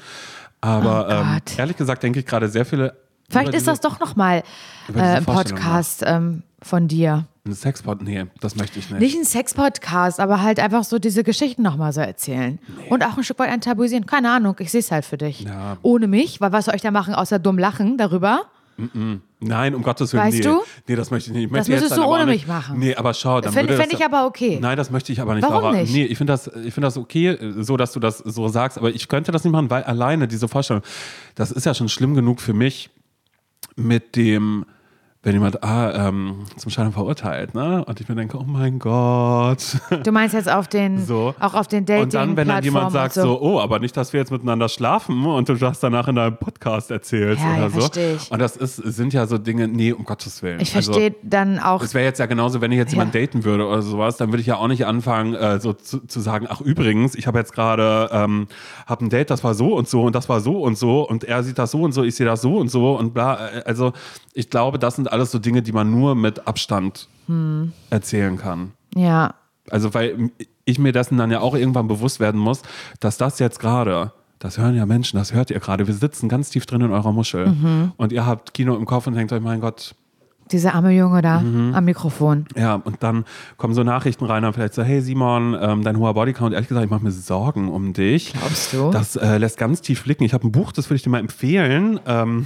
Aber ehrlich gesagt denke ich gerade sehr viele... Vielleicht ist das doch nochmal ein Podcast von dir. Ein Sexpod? Nee, das möchte ich nicht. Nicht ein Sex-Podcast, aber halt einfach so diese Geschichten nochmal so erzählen. Nee. Und auch ein Stück weit enttabuisieren. Keine Ahnung, ich sehe es halt für dich. Ja. Ohne mich, weil was soll ich da machen, außer dumm lachen darüber? Nein, um Gottes Willen. Weißt du? Nee, das möchte ich nicht. Das müsstest du ohne mich machen. Nee, aber schau, dann Fände ich aber okay. Nein, das möchte ich aber nicht. Warum nicht? Nee, ich finde das okay, so dass du das so sagst, aber ich könnte das nicht machen, weil alleine diese Vorstellung, das ist ja schon schlimm genug für mich mit dem, wenn jemand zum Scheitern verurteilt, ne? Und ich mir denke, oh mein Gott. Du meinst jetzt auch auf den Dating-Plattformen und dann, wenn dann jemand sagt so, oh, aber nicht, dass wir jetzt miteinander schlafen und du das danach in deinem Podcast erzählst oder so. Verstehe ich. Und das sind ja so Dinge, nee, um Gottes Willen. Ich verstehe dann auch. Es wäre jetzt ja genauso, wenn ich jetzt jemanden daten würde oder sowas, dann würde ich ja auch nicht anfangen, so zu sagen, ach übrigens, ich habe jetzt gerade hab ein Date, das war so und das war so und er sieht das so und so, ich sehe das so und so und bla. Also ich glaube, das sind alles so Dinge, die man nur mit Abstand erzählen kann. Ja. Also weil ich mir dessen dann ja auch irgendwann bewusst werden muss, dass das jetzt gerade, das hören ja Menschen, das hört ihr gerade, wir sitzen ganz tief drin in eurer Muschel und ihr habt Kino im Kopf und denkt euch, mein Gott. Dieser arme Junge da am Mikrofon. Ja, und dann kommen so Nachrichten rein und vielleicht so, hey Simon, dein hoher Bodycount, ehrlich gesagt, ich mache mir Sorgen um dich. Glaubst du? Das lässt ganz tief blicken. Ich habe ein Buch, das würde ich dir mal empfehlen.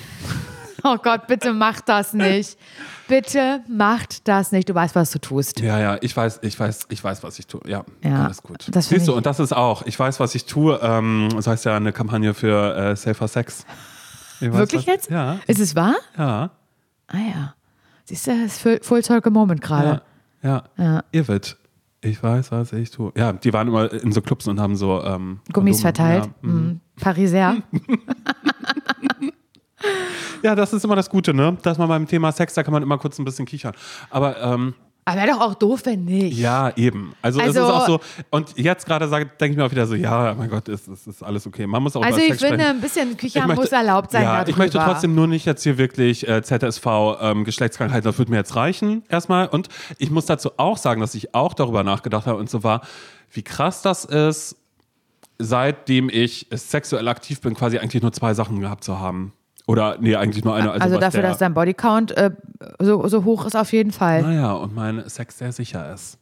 Oh Gott, bitte mach das nicht. Bitte macht das nicht. Du weißt, was du tust. Ja, ich weiß, was ich tue. Ja, alles gut. Siehst du, und das ist auch, ich weiß, was ich tue. Das heißt ja eine Kampagne für Safer Sex. Wirklich jetzt? Ja. Ist es wahr? Ja. Ah ja. Siehst du, das ist Full Circle Moment gerade. Ja. Irrwit. Ich weiß, was ich tue. Ja, die waren immer in so Clubs und haben so Gummis verteilt. Ja. Pariser. Ja, das ist immer das Gute, ne? Dass man beim Thema Sex, da kann man immer kurz ein bisschen kichern. Aber wäre doch auch doof, wenn nicht. Ja, eben. Also es ist auch so, und jetzt gerade denke ich mir auch wieder so, ja, mein Gott, es ist alles okay. Man muss auch über Sex sprechen. Ich finde, ein bisschen Kichern muss erlaubt sein. Ja, ich möchte trotzdem nur nicht jetzt hier wirklich ZSV Geschlechtskrankheiten, das würde mir jetzt reichen erstmal. Und ich muss dazu auch sagen, dass ich auch darüber nachgedacht habe und so war, wie krass das ist, seitdem ich sexuell aktiv bin, quasi eigentlich nur 2 Sachen gehabt zu haben. Oder, nee, eigentlich nur eine. Also dafür, dass dein Bodycount so hoch ist, auf jeden Fall. Naja, und mein Sex sehr sicher ist.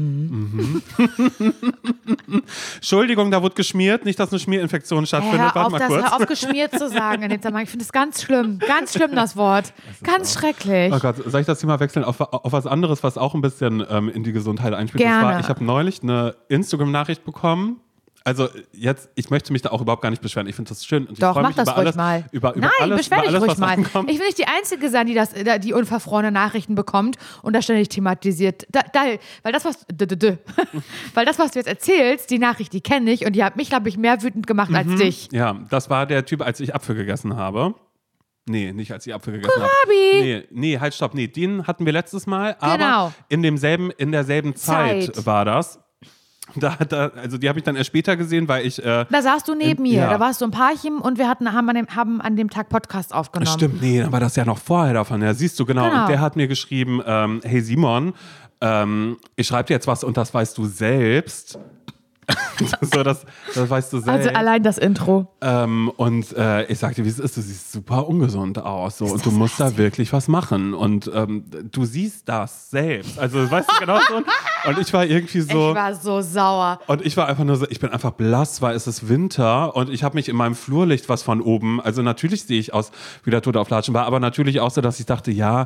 Entschuldigung, da wurde geschmiert. Nicht, dass eine Schmierinfektion stattfindet. Hör auf, geschmiert zu sagen in dem Zusammenhang. Ich finde das ganz schlimm, das Wort. Ganz schrecklich. Oh Gott, soll ich das Thema wechseln auf was anderes, was auch ein bisschen in die Gesundheit einspielt? Gerne. Ich habe neulich eine Instagram-Nachricht bekommen. Also jetzt, ich möchte mich da auch überhaupt gar nicht beschweren. Ich finde das schön. Und ich Doch, freue mach mich das über ruhig alles, mal. Nein, beschwer dich ruhig mal. Ankommt. Ich will nicht die Einzige sein, die unverfrorene Nachrichten bekommt und da ständig thematisiert. Weil das, was du jetzt erzählst, die Nachricht, die kenne ich und die hat mich, glaube ich, mehr wütend gemacht als dich. Ja, das war der Typ, als ich Apfel gegessen habe. Nee, nicht als ich Apfel gegessen habe. Nee, halt, stopp. Nee, den hatten wir letztes Mal, aber genau. in derselben Zeit war das. Also die habe ich dann erst später gesehen, weil ich... da saßt du neben mir, da warst du ein Paarchen und wir haben an dem Tag Podcast aufgenommen. Stimmt, nee, dann war das ja noch vorher davon. Ja, siehst du, genau. Und der hat mir geschrieben, hey Simon, ich schreibe dir jetzt was und das weißt du selbst. das weißt du selbst. Also allein das Intro. Und ich sagte, wie es ist, du siehst super ungesund aus. So, und du musst da wirklich was machen. Und du siehst das selbst. Also weißt du genau so. Und ich war irgendwie so. Ich war so sauer. Und ich war einfach nur so, ich bin einfach blass, weil es ist Winter und ich habe mich in meinem Flurlicht was von oben, also natürlich sehe ich aus wie der Tote auf Latschen war, aber natürlich auch so, dass ich dachte, ja,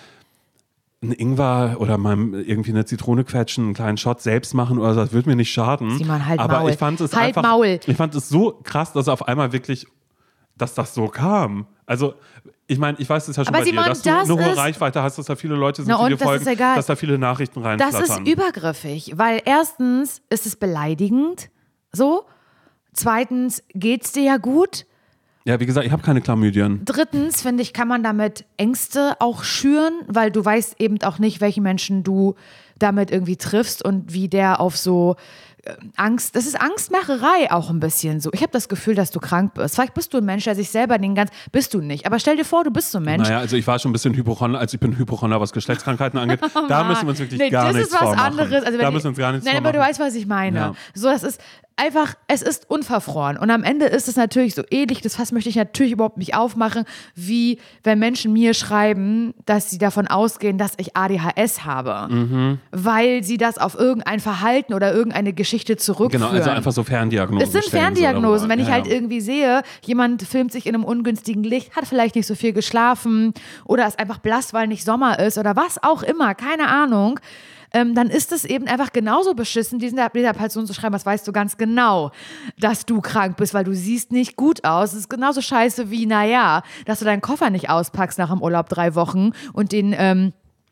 ein Ingwer oder mal irgendwie eine Zitrone quetschen, einen kleinen Shot selbst machen oder so, das würde mir nicht schaden. Simon, halt aber Maul. ich fand es halt einfach, Maul. ich fand es so krass, dass auf einmal wirklich, dass das so kam. Also ich meine, ich weiß es ja schon aber bei Simon, dir, dass du eine hohe Reichweite hast, dass da viele Leute sind, die dir folgen, dass da viele Nachrichten reinflattern. Das ist übergriffig, weil erstens ist es beleidigend, so. Zweitens geht's dir ja gut. Ja, wie gesagt, ich habe keine Chlamydien. Drittens, finde ich, kann man damit Ängste auch schüren, weil du weißt eben auch nicht, welche Menschen du damit irgendwie triffst und wie der auf so Angst, das ist Angstmacherei auch ein bisschen so. Ich habe das Gefühl, dass du krank bist. Vielleicht bist du ein Mensch, der sich selber bist du nicht. Aber stell dir vor, du bist so ein Mensch. Naja, also ich war schon ein bisschen Hypochonder, ich bin Hypochonder, was Geschlechtskrankheiten angeht. Da müssen wir uns wirklich gar nichts vormachen. Das ist was anderes. Also da müssen wir uns gar nichts vormachen. Aber du weißt, was ich meine. Ja. So, das ist einfach, es ist unverfroren. Und am Ende ist es natürlich so ähnlich, das Fass möchte ich natürlich überhaupt nicht aufmachen, wie wenn Menschen mir schreiben, dass sie davon ausgehen, dass ich ADHS habe. Weil sie das auf irgendein Verhalten oder irgendeine Geschichte zurückführen. Genau, also einfach so Ferndiagnosen. Es sind Ferndiagnosen. Wenn ich halt ja. irgendwie sehe, jemand filmt sich in einem ungünstigen Licht, hat vielleicht nicht so viel geschlafen oder ist einfach blass, weil nicht Sommer ist oder was auch immer, keine Ahnung. Dann ist es eben einfach genauso beschissen, dieser Person zu schreiben, was weißt du ganz genau, dass du krank bist, weil du siehst nicht gut aus. Es ist genauso scheiße wie, dass du deinen Koffer nicht auspackst nach dem Urlaub 3 Wochen und den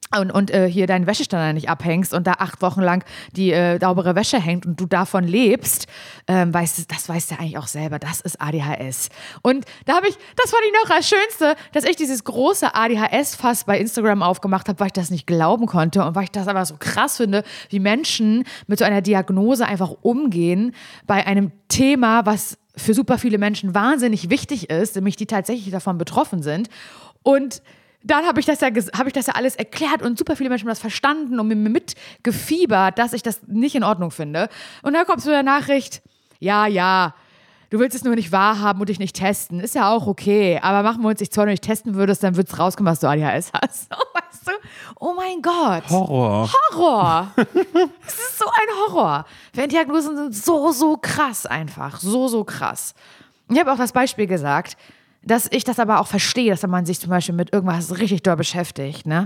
hier deinen Wäscheständer nicht abhängst und da 8 Wochen lang die saubere Wäsche hängt und du davon lebst, das weißt du eigentlich auch selber, das ist ADHS. Und das fand ich noch das Schönste, dass ich dieses große ADHS-Fass bei Instagram aufgemacht habe, weil ich das nicht glauben konnte und weil ich das aber so krass finde, wie Menschen mit so einer Diagnose einfach umgehen bei einem Thema, was für super viele Menschen wahnsinnig wichtig ist, nämlich die tatsächlich davon betroffen sind. Und dann habe ich das ja alles erklärt und super viele Menschen haben das verstanden und mir mitgefiebert, dass ich das nicht in Ordnung finde. Und dann kommt so eine Nachricht, ja, du willst es nur nicht wahrhaben und dich nicht testen. Ist ja auch okay, aber machen wir uns nicht, wenn du nicht testen würdest, dann wird es rauskommen, was du ADHS hast. Weißt du? Oh mein Gott. Horror. Es ist so ein Horror. Ferndiagnosen sind so krass einfach. So krass. Ich habe auch das Beispiel gesagt, dass ich das aber auch verstehe, dass man sich zum Beispiel mit irgendwas richtig doll beschäftigt, ne?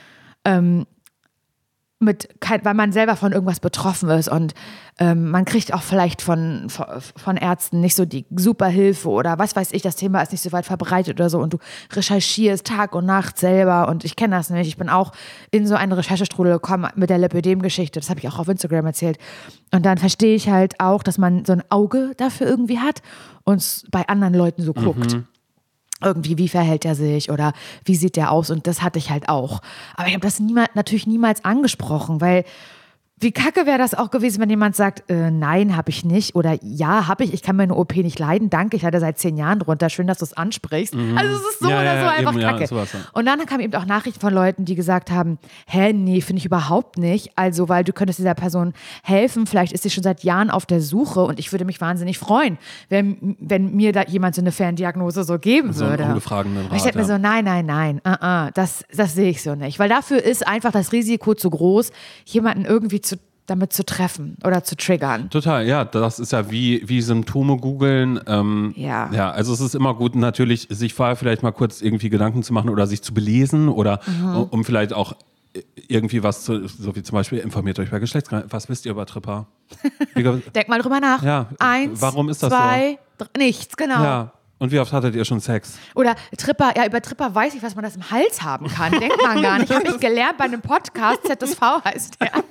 Weil man selber von irgendwas betroffen ist und man kriegt auch vielleicht von Ärzten nicht so die super Hilfe oder was weiß ich, das Thema ist nicht so weit verbreitet oder so und du recherchierst Tag und Nacht selber und ich kenne das nicht, ich bin auch in so einen Recherchestrudel gekommen mit der Lipödem-Geschichte, das habe ich auch auf Instagram erzählt und dann verstehe ich halt auch, dass man so ein Auge dafür irgendwie hat und bei anderen Leuten so guckt. Irgendwie, wie verhält er sich oder wie sieht der aus? Und das hatte ich halt auch. Aber ich habe das natürlich niemals angesprochen, weil wie kacke wäre das auch gewesen, wenn jemand sagt, nein, habe ich nicht oder ja, habe ich kann meine OP nicht leiden, danke, ich hatte seit 10 Jahren drunter, schön, dass du es ansprichst. Also es ist so oder so einfach eben, kacke. Ja, und dann kamen eben auch Nachrichten von Leuten, die gesagt haben, nee, finde ich überhaupt nicht, also weil du könntest dieser Person helfen, vielleicht ist sie schon seit Jahren auf der Suche und ich würde mich wahnsinnig freuen, wenn mir da jemand so eine Ferndiagnose so geben würde. Ungefragten Rat, ich hätte mir so, nein, das sehe ich so nicht, weil dafür ist einfach das Risiko zu groß, jemanden irgendwie damit zu treffen oder zu triggern. Total, ja, das ist ja wie Symptome googeln. Ja, also es ist immer gut, natürlich sich vorher vielleicht mal kurz irgendwie Gedanken zu machen oder sich zu belesen oder um vielleicht auch irgendwie was so wie zum Beispiel informiert euch bei Geschlechtskrankheiten. Was wisst ihr über Tripper? Denk mal drüber nach. Ja, 1, warum ist das 2, 3, nichts, genau. Ja. Und wie oft hattet ihr schon Sex? Oder Tripper, über Tripper weiß ich, was man das im Hals haben kann. Denkt man gar nicht. Habe ich gelernt bei einem Podcast, ZSV heißt der.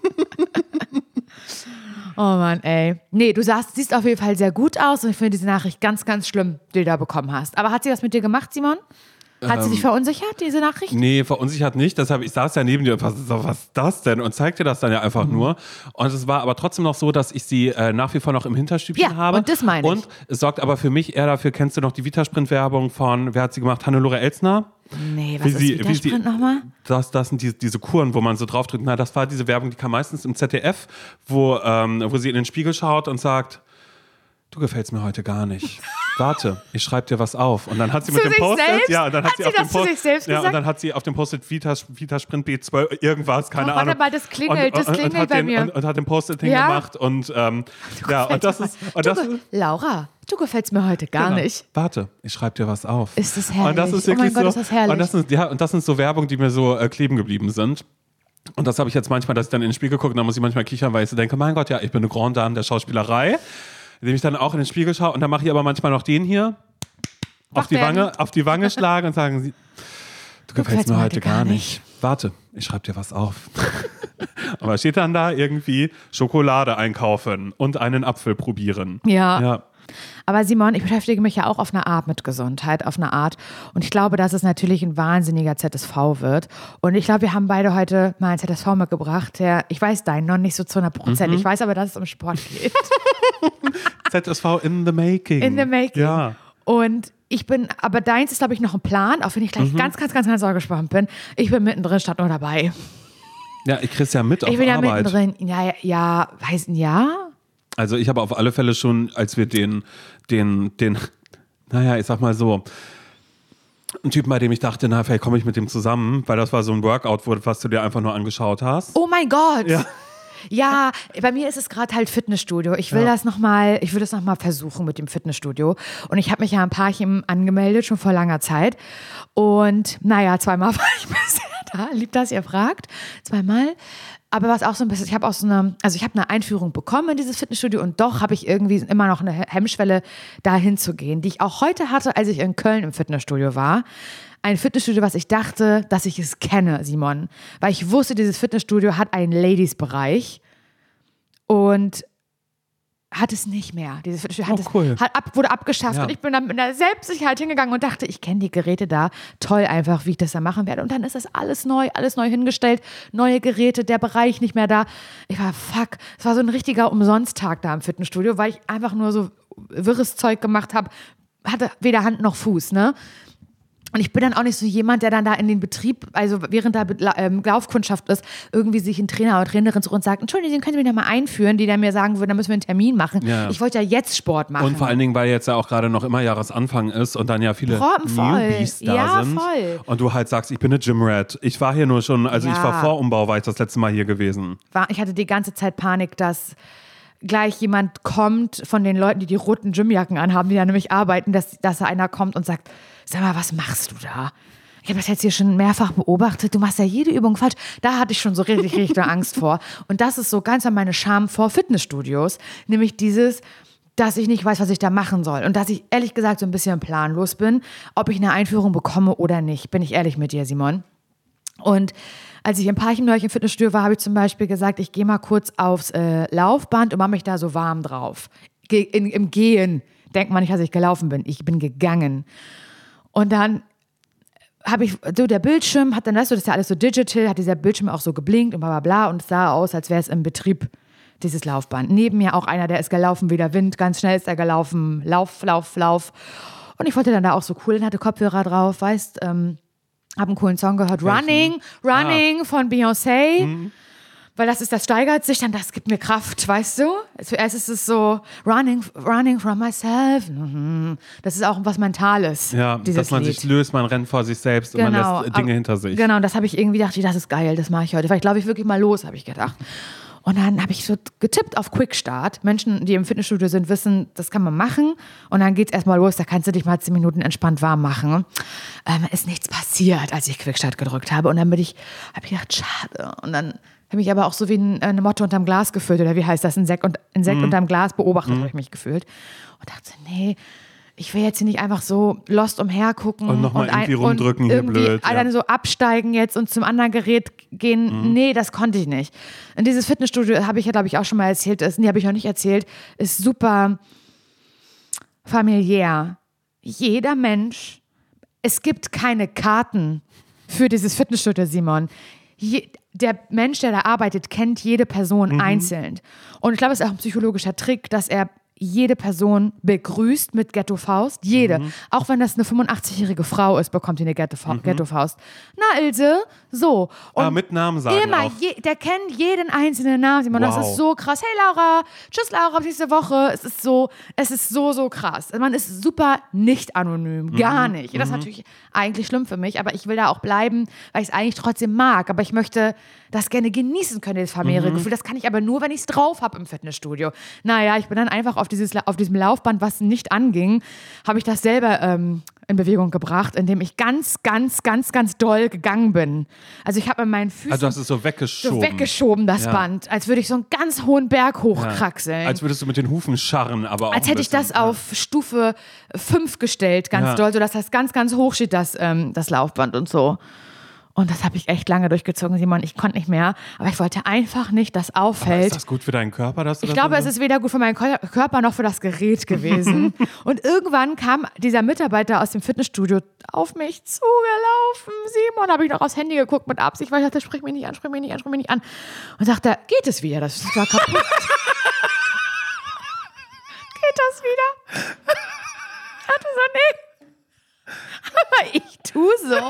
Oh Mann, ey. Nee, du siehst auf jeden Fall sehr gut aus und ich finde diese Nachricht ganz, ganz schlimm, die du da bekommen hast. Aber hat sie das mit dir gemacht, Simon? Hat sie dich verunsichert, diese Nachricht? Nee, verunsichert nicht. Deshalb, ich saß ja neben dir und was ist das denn? Und zeigte das dann ja einfach nur. Und es war aber trotzdem noch so, dass ich sie nach wie vor noch im Hinterstübchen habe. Und das meine ich. Und es sorgt aber für mich eher dafür, kennst du noch die Vitasprint-Werbung von, wer hat sie gemacht? Hannelore Elsner? Nee, was ist Vitasprint nochmal? Das sind diese Kuren, wo man so draufdrückt. Na, das war diese Werbung, die kam meistens im ZDF, wo sie in den Spiegel schaut und sagt, du gefällst mir heute gar nicht. Warte, ich schreibe dir was auf. Und dann hat sie mit dem Post-it, ja, und dann hat sie auf dem Post-it, ja, und dann hat sie auf dem Post-it Vitasprint B12 irgendwas, keine Ahnung. Warte mal, das klingelt bei mir. Und hat den Post-it hingemacht und Laura, du gefällst mir heute gar nicht. Warte, ich schreibe dir was auf. Ist das herrlich? Und das ist wirklich oh mein Gott, ist das herrlich. Und das sind so Werbung, die mir so kleben geblieben sind. Und das habe ich jetzt manchmal, dass ich dann in den Spiegel gucke und dann muss ich manchmal kichern, weil ich so denke, mein Gott, ja, ich bin eine Grande Dame der Schauspielerei. Indem ich dann auch in den Spiegel schaue und dann mache ich aber manchmal noch den hier auf die Wange schlage und sagen, du gefällst mir heute gar nicht. Warte, ich schreibe dir was auf. Aber steht dann da irgendwie Schokolade einkaufen und einen Apfel probieren. Ja. Aber Simon, ich beschäftige mich ja auch auf eine Art mit Gesundheit, auf eine Art. Und ich glaube, dass es natürlich ein wahnsinniger ZSV wird. Und ich glaube, wir haben beide heute mal einen ZSV mitgebracht, ich weiß deinen noch nicht so zu 100%. Ich weiß aber, dass es um Sport geht. ZSV in the making. In the making. Ja. Und aber deins ist, glaube ich, noch ein Plan, auf den ich gleich ganz gespannt bin. Ich bin mittendrin, statt nur dabei. Ja, ich krieg's ja mit auf Arbeit. Ich bin ja mittendrin. Ja, Also ich habe auf alle Fälle schon, als wir den, naja, ich sag mal so, einen Typen, bei dem ich dachte, na, vielleicht komme ich mit dem zusammen, weil das war so ein Workout, was du dir einfach nur angeschaut hast. Oh mein Gott! Ja, bei mir ist es gerade halt Fitnessstudio. Ich will das nochmal versuchen mit dem Fitnessstudio. Und ich habe mich ja ein Paarchen angemeldet, schon vor langer Zeit. Und naja, 2-mal war ich bisher da. Lieb, dass ihr fragt. 2-mal. Aber was auch so ein bisschen, ich habe eine Einführung bekommen in dieses Fitnessstudio und doch habe ich irgendwie immer noch eine Hemmschwelle, da hinzugehen, die ich auch heute hatte, als ich in Köln im Fitnessstudio war. Ein Fitnessstudio, was ich dachte, dass ich es kenne, Simon. Weil ich wusste, dieses Fitnessstudio hat einen Ladies-Bereich und hat es nicht mehr. Dieses Fitnessstudio wurde abgeschafft und ich bin dann mit einer Selbstsicherheit hingegangen und dachte, ich kenne die Geräte da. Toll einfach, wie ich das da machen werde. Und dann ist das alles neu hingestellt, neue Geräte, der Bereich nicht mehr da. Ich war, es war so ein richtiger Umsonsttag da im Fitnessstudio, weil ich einfach nur so wirres Zeug gemacht habe, hatte weder Hand noch Fuß, ne? Und ich bin dann auch nicht so jemand, der dann da in den Betrieb, also während da Laufkundschaft ist, irgendwie sich ein Trainer oder Trainerin sucht und sagt, Entschuldigung, können Sie mich da mal einführen, die dann mir sagen würden, da müssen wir einen Termin machen. Ja. Ich wollte ja jetzt Sport machen. Und vor allen Dingen, weil jetzt ja auch gerade noch immer Jahresanfang ist und dann ja viele Newbies da sind. Voll. Und du halt sagst, ich bin eine Gym-Rat. Ich war hier nur schon, ich war vor Umbau, war ich das letzte Mal hier gewesen. Ich hatte die ganze Zeit Panik, dass gleich jemand kommt von den Leuten, die roten Gymjacken anhaben, die da nämlich arbeiten, dass da einer kommt und sagt, sag mal, was machst du da? Ich habe das jetzt hier schon mehrfach beobachtet, du machst ja jede Übung falsch. Da hatte ich schon so richtig Angst vor. Und das ist so ganz an meine Scham vor Fitnessstudios, nämlich dieses, dass ich nicht weiß, was ich da machen soll. Und dass ich ehrlich gesagt so ein bisschen planlos bin, ob ich eine Einführung bekomme oder nicht. Bin ich ehrlich mit dir, Simon? Und als ich in Parchim-Neuch im Fitnessstudio war, habe ich zum Beispiel gesagt, ich gehe mal kurz aufs Laufband und mache mich da so warm drauf. Im Gehen denkt man nicht, dass ich gelaufen bin. Ich bin gegangen. Und dann habe ich so der Bildschirm, hat dann, weißt du, das ist ja alles so digital, hat dieser Bildschirm auch so geblinkt und bla bla bla und es sah aus, als wäre es im Betrieb, dieses Laufband. Neben mir auch einer, der ist gelaufen wie der Wind, ganz schnell ist er gelaufen, Lauf. Und ich wollte dann da auch so cool, hatte Kopfhörer drauf, weißt, habe einen coolen Song gehört, Running von Beyoncé. Weil das steigert sich dann, das gibt mir Kraft, weißt du? Zuerst ist es so, running from myself. Das ist auch was Mentales. Ja, dass man sich löst, man rennt vor sich selbst und man lässt Dinge hinter sich. Genau, und das habe ich irgendwie gedacht, das ist geil, das mache ich heute. Vielleicht laufe ich wirklich mal los, habe ich gedacht. Und dann habe ich so getippt auf Quickstart. Menschen, die im Fitnessstudio sind, wissen, das kann man machen. Und dann geht's erstmal los, da kannst du dich mal 10 Minuten entspannt warm machen. Ist nichts passiert, als ich Quickstart gedrückt habe. Und dann habe ich gedacht, schade. Und dann habe ich aber auch so wie eine Motte unterm Glas gefühlt, oder wie heißt das? Ein Sekt unterm Glas beobachtet, habe ich mich gefühlt. Und dachte, nee, ich will jetzt hier nicht einfach so lost umhergucken. Und nochmal irgendwie rumdrücken, hier blöd. Ja. Dann so absteigen jetzt und zum anderen Gerät gehen. Nee, das konnte ich nicht. Und dieses Fitnessstudio, habe ich ja, glaube ich, auch schon mal erzählt, habe ich noch nicht erzählt, ist super familiär. Jeder Mensch es gibt keine Karten für dieses Fitnessstudio, Simon. Der Mensch, der da arbeitet, kennt jede Person einzeln. Und ich glaube, es ist auch ein psychologischer Trick, dass er jede Person begrüßt mit Ghetto-Faust. Jede. Auch wenn das eine 85-jährige Frau ist, bekommt die eine Ghetto-Faust. Na, Ilse, so. Und mit Namen sagen immer, auch. Der kennt jeden einzelnen Namen. Simon. Wow. Das ist so krass. Hey, Laura. Tschüss, Laura, bis nächste Woche. Es ist so, so krass. Man ist super nicht anonym. Gar nicht. Das ist natürlich eigentlich schlimm für mich, aber ich will da auch bleiben, weil ich es eigentlich trotzdem mag. Aber ich möchte das gerne genießen können, das familiäre Gefühl. Das kann ich aber nur, wenn ich es drauf habe im Fitnessstudio. Naja, ich bin dann einfach auf diesem Laufband, was nicht anging, habe ich das selber in Bewegung gebracht, indem ich ganz, ganz, ganz, ganz doll gegangen bin. Also ich habe mit meinen Füßen Also hast du es so weggeschoben. Das Band, als würde ich so einen ganz hohen Berg hochkraxeln. Als würdest du mit den Hufen scharren, aber auch als hätte ich das auf Stufe 5 gestellt, ganz doll, sodass das ganz, ganz hoch steht, das Laufband und so. Und das habe ich echt lange durchgezogen, Simon. Ich konnte nicht mehr, aber ich wollte einfach nicht, dass auffällt. Aber ist das gut für deinen Körper? Dass du ich glaube, es ist weder gut für meinen Körper noch für das Gerät gewesen. Und irgendwann kam dieser Mitarbeiter aus dem Fitnessstudio auf mich zugelaufen. Simon, habe ich noch aufs Handy geguckt mit Absicht, weil ich dachte, sprich mich nicht an. Und sagte, geht es wieder? Das ist ja kaputt. Geht das wieder? Ich dachte so, nee. Aber ich tue so.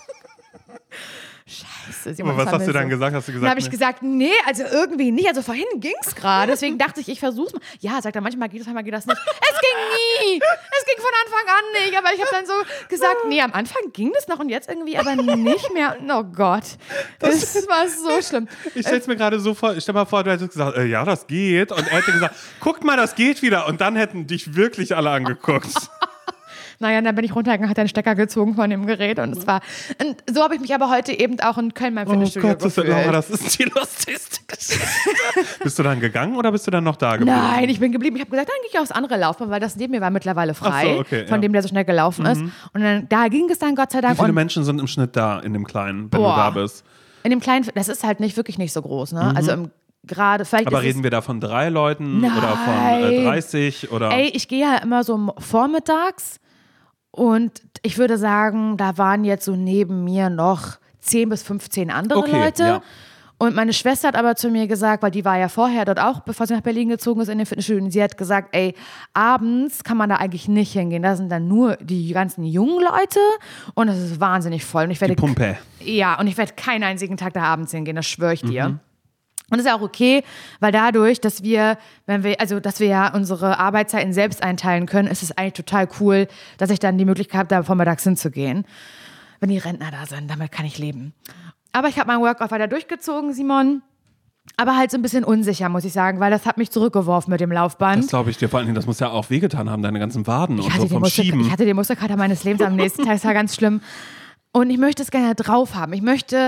Scheiße. Aber was hast du dann gesagt? Hast du gesagt, dann habe ich gesagt, nee, also irgendwie nicht. Also vorhin ging es gerade. Deswegen dachte ich versuch's mal. Ja, sagt er, manchmal geht es, manchmal geht das nicht. Es ging nie. Es ging von Anfang an nicht. Aber ich habe dann so gesagt, nee, am Anfang ging das noch und jetzt irgendwie aber nicht mehr. Oh Gott. Das war so schlimm. Ich stell's mir gerade so vor, stell mal vor, du hättest gesagt, ja, das geht. Und er hätte gesagt, guckt mal, das geht wieder. Und dann hätten dich wirklich alle angeguckt. Naja, dann bin ich runtergegangen, hat einen Stecker gezogen von dem Gerät und so habe ich mich aber heute eben auch in Köln beim Fitnessstudio gefühlt. Laura, das ist die lustigste Geschichte. Bist du dann gegangen oder bist du dann noch da geblieben? Nein, ich bin geblieben. Ich habe gesagt, dann gehe ich aufs andere Laufband, weil das neben mir war mittlerweile frei, von dem, der so schnell gelaufen ist. Und dann, da ging es dann Gott sei Dank. Wie viele Menschen sind im Schnitt da in dem Kleinen, wenn du da bist? In dem Kleinen, das ist halt wirklich nicht so groß, ne? Also vielleicht aber reden wir da von 3 Leuten oder von 30? Oder? Ey, ich gehe ja immer so vormittags. Und ich würde sagen, da waren jetzt so neben mir noch 10 bis 15 andere Leute. Ja. Und meine Schwester hat aber zu mir gesagt, weil die war ja vorher dort auch, bevor sie nach Berlin gezogen ist, in den Fitnessstudio. Und sie hat gesagt, ey, abends kann man da eigentlich nicht hingehen. Da sind dann nur die ganzen jungen Leute und es ist wahnsinnig voll. Und ich werde die Pumpe. Ja, und ich werde keinen einzigen Tag da abends hingehen, das schwöre ich dir. Und das ist ja auch okay, weil dadurch, dass wir ja unsere Arbeitszeiten selbst einteilen können, ist es eigentlich total cool, dass ich dann die Möglichkeit habe, da vormittags hinzugehen. Wenn die Rentner da sind, damit kann ich leben. Aber ich habe meinen Workout weiter durchgezogen, Simon. Aber halt so ein bisschen unsicher, muss ich sagen, weil das hat mich zurückgeworfen mit dem Laufband. Das glaube ich dir, vor allem, das muss ja auch wehgetan haben, deine ganzen Waden und so vom Schieben. Ich hatte den Muskelkater meines Lebens am nächsten Tag, das war ganz schlimm. Und ich möchte es gerne drauf haben. Ich möchte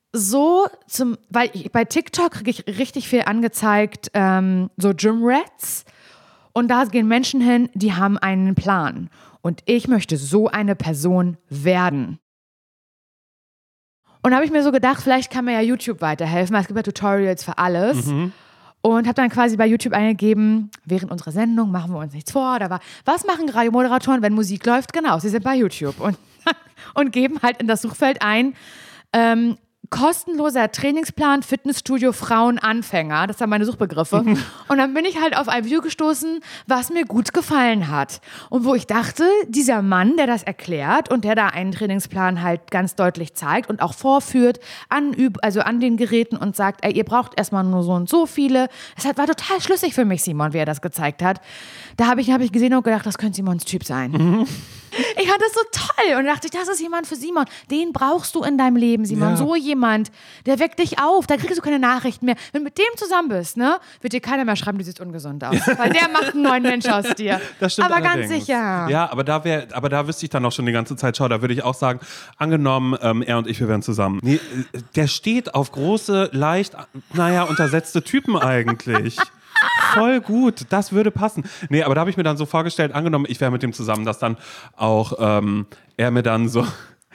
weil bei TikTok kriege ich richtig viel angezeigt, so Gym-Rats. Und da gehen Menschen hin, die haben einen Plan. Und ich möchte so eine Person werden. Und da habe ich mir so gedacht, vielleicht kann mir ja YouTube weiterhelfen, weil es gibt ja Tutorials für alles. Und habe dann quasi bei YouTube eingegeben, während unserer Sendung machen wir uns nichts vor. Da war, was machen Radiomoderatoren, wenn Musik läuft? Genau, sie sind bei YouTube. Und geben halt in das Suchfeld ein, kostenloser Trainingsplan, Fitnessstudio, Frauen, Anfänger. Das waren meine Suchbegriffe. Und dann bin ich halt auf ein Video gestoßen, was mir gut gefallen hat. Und wo ich dachte, dieser Mann, der das erklärt und der da einen Trainingsplan halt ganz deutlich zeigt und auch vorführt an den Geräten und sagt, ey, ihr braucht erstmal nur so und so viele. Das war total schlüssig für mich, Simon, wie er das gezeigt hat. Da habe ich gesehen und gedacht, das könnte Simons Typ sein. Ich fand das so toll und dachte, das ist jemand für Simon. Den brauchst du in deinem Leben, Simon. Ja. So jemand, der weckt dich auf. Da kriegst du keine Nachrichten mehr. Wenn du mit dem zusammen bist, ne, wird dir keiner mehr schreiben, du siehst ungesund aus. Weil der macht einen neuen Mensch aus dir. Das stimmt aber allerdings. Ganz sicher. Ja, aber da wüsste ich dann auch schon die ganze Zeit, schau, da würde ich auch sagen, angenommen, er und ich, wir wären zusammen. Nee, der steht auf große, leicht, untersetzte Typen eigentlich. Voll gut, das würde passen. Nee, aber da habe ich mir dann so vorgestellt, angenommen, ich wäre mit dem zusammen, dass dann auch er mir dann so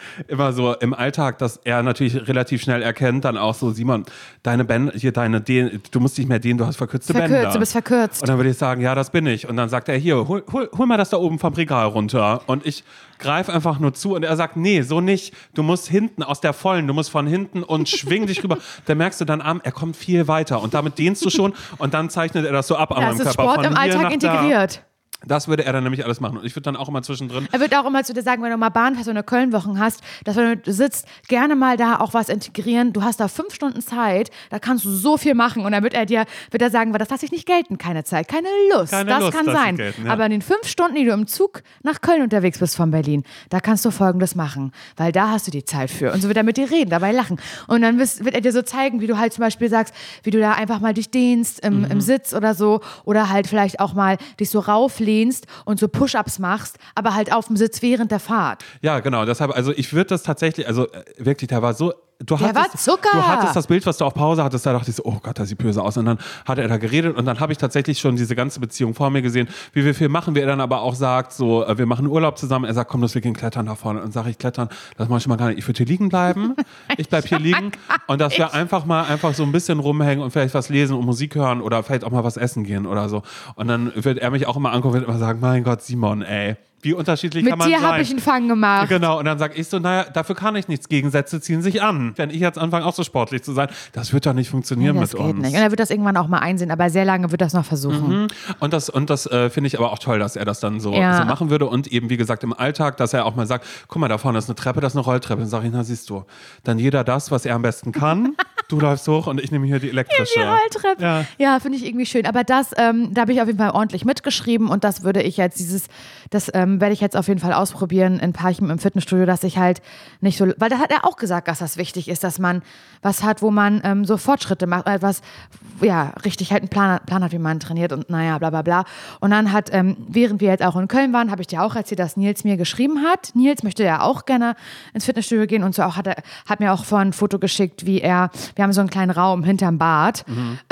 immer so im Alltag, dass er natürlich relativ schnell erkennt, dann auch so, Simon, deine Bänder, hier du musst nicht mehr dehnen, du hast verkürzte Bänder. Du bist verkürzt. Und dann würde ich sagen, ja, das bin ich. Und dann sagt er, hier, hol mal das da oben vom Regal runter. Und ich greife einfach nur zu und er sagt, nee, so nicht. Du musst hinten aus der Vollen, du musst von hinten und schwing dich rüber. Da merkst du dann er kommt viel weiter und damit dehnst du schon und dann zeichnet er das so ab an meinem Körper. Das ist Sport von im Alltag integriert. Das würde er dann nämlich alles machen. Und ich würde dann auch immer zwischendrin. Er wird auch immer zu dir sagen, wenn du mal Bahnfest oder Kölnwochen hast, dass wenn du sitzt, gerne mal da auch was integrieren. Du hast da 5 Stunden Zeit, da kannst du so viel machen. Und dann wird er sagen, das lasse ich nicht gelten, keine Zeit, keine Lust. Das kann sein. Gelten, ja. Aber in den 5 Stunden, die du im Zug nach Köln unterwegs bist von Berlin, da kannst du Folgendes machen, weil da hast du die Zeit für. Und so wird er mit dir reden, dabei lachen. Und dann wird er dir so zeigen, wie du halt zum Beispiel sagst, wie du da einfach mal dich dehnst im Sitz oder so. Oder halt vielleicht auch mal dich so rauflegst und so Push-Ups machst, aber halt auf dem Sitz während der Fahrt. Ja, genau. Deshalb, also ich würde das tatsächlich, also wirklich, der war so. Du hattest das Bild, was du auf Pause hattest, da dachte ich so, oh Gott, das sieht böse aus. Und dann hat er da geredet und dann habe ich tatsächlich schon diese ganze Beziehung vor mir gesehen, wie wir viel machen, wie er dann aber auch sagt, so, wir machen Urlaub zusammen. Er sagt, komm, wir gehen klettern da vorne. Und sage ich, klettern, das mache ich mal gar nicht. Ich würde hier liegen bleiben. Ich bleibe hier liegen. Und dass wir einfach so ein bisschen rumhängen und vielleicht was lesen und Musik hören oder vielleicht auch mal was essen gehen oder so. Und dann wird er mich auch immer angucken und immer sagen, mein Gott, Simon, ey. Wie unterschiedlich kann man sein? Mit dir habe ich einen Fang gemacht. Genau, und dann sage ich so, naja, dafür kann ich nichts. Gegensätze ziehen sich an. Wenn ich jetzt anfange, auch so sportlich zu sein, das wird doch nicht funktionieren mit uns. Das geht nicht. Und er wird das irgendwann auch mal einsehen, aber sehr lange wird das noch versuchen. Und das finde ich aber auch toll, dass er das dann so machen würde. Und eben, wie gesagt, im Alltag, dass er auch mal sagt, guck mal, da vorne ist eine Treppe, das ist eine Rolltreppe. Dann sage ich, na siehst du, dann jeder das, was er am besten kann. Du läufst hoch und ich nehme hier die elektrische. Die Rolltreppe. Ja, finde ich irgendwie schön. Aber da habe ich auf jeden Fall ordentlich mitgeschrieben und das würde ich jetzt werde ich jetzt auf jeden Fall ausprobieren in Parchim im Fitnessstudio, dass ich halt nicht so, weil da hat er auch gesagt, dass das wichtig ist, dass man was hat, wo man so Fortschritte macht, etwas, richtig halt einen Plan hat, wie man trainiert und naja, bla bla bla. Und dann hat, während wir jetzt auch in Köln waren, habe ich dir auch erzählt, dass Nils mir geschrieben hat. Nils möchte ja auch gerne ins Fitnessstudio gehen und so auch hat mir auch vorhin ein Foto geschickt, wir haben so einen kleinen Raum hinterm Bad,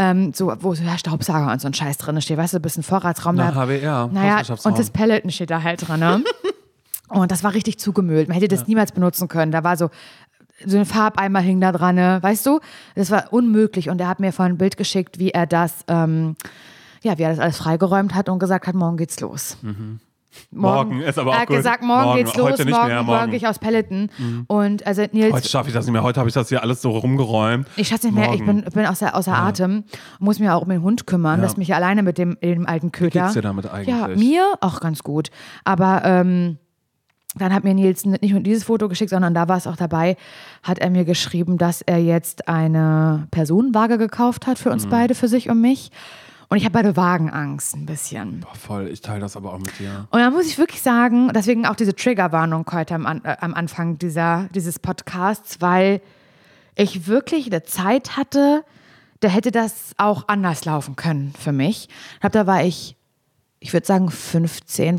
wo so Staubsauger und so ein Scheiß drin steht, weißt du, ein bisschen Vorratsraum. HWR. Naja, und das Peloton steht da halt drin, ne? Und das war richtig zugemüllt. Man hätte das niemals benutzen können. Da war so ein Farbeimer hing da dran, ne? Weißt du? Das war unmöglich. Und er hat mir vorhin ein Bild geschickt, wie er das alles freigeräumt hat und gesagt hat, morgen geht's los. Morgen ist aber auch gut. Er hat gesagt, morgen geht's los, heute nicht mehr, morgen gehe ich aus Peloton. Und also Nils, heute schaffe ich das nicht mehr, heute habe ich das hier alles so rumgeräumt. Ich schaffe es nicht mehr, ich bin außer Atem, muss mich auch um den Hund kümmern, lass mich alleine mit dem alten Köter. Wie geht's dir damit eigentlich? Ja, mir auch ganz gut. Aber dann hat mir Nils nicht nur dieses Foto geschickt, sondern da war es auch dabei, hat er mir geschrieben, dass er jetzt eine Personenwaage gekauft hat für uns beide, für sich und mich. Und ich habe bei der Wagenangst ein bisschen. Boah, voll, ich teile das aber auch mit dir. Und da muss ich wirklich sagen, deswegen auch diese Triggerwarnung heute am Anfang dieses Podcasts, weil ich wirklich eine Zeit hatte, da hätte das auch anders laufen können für mich. Da war ich würde sagen 15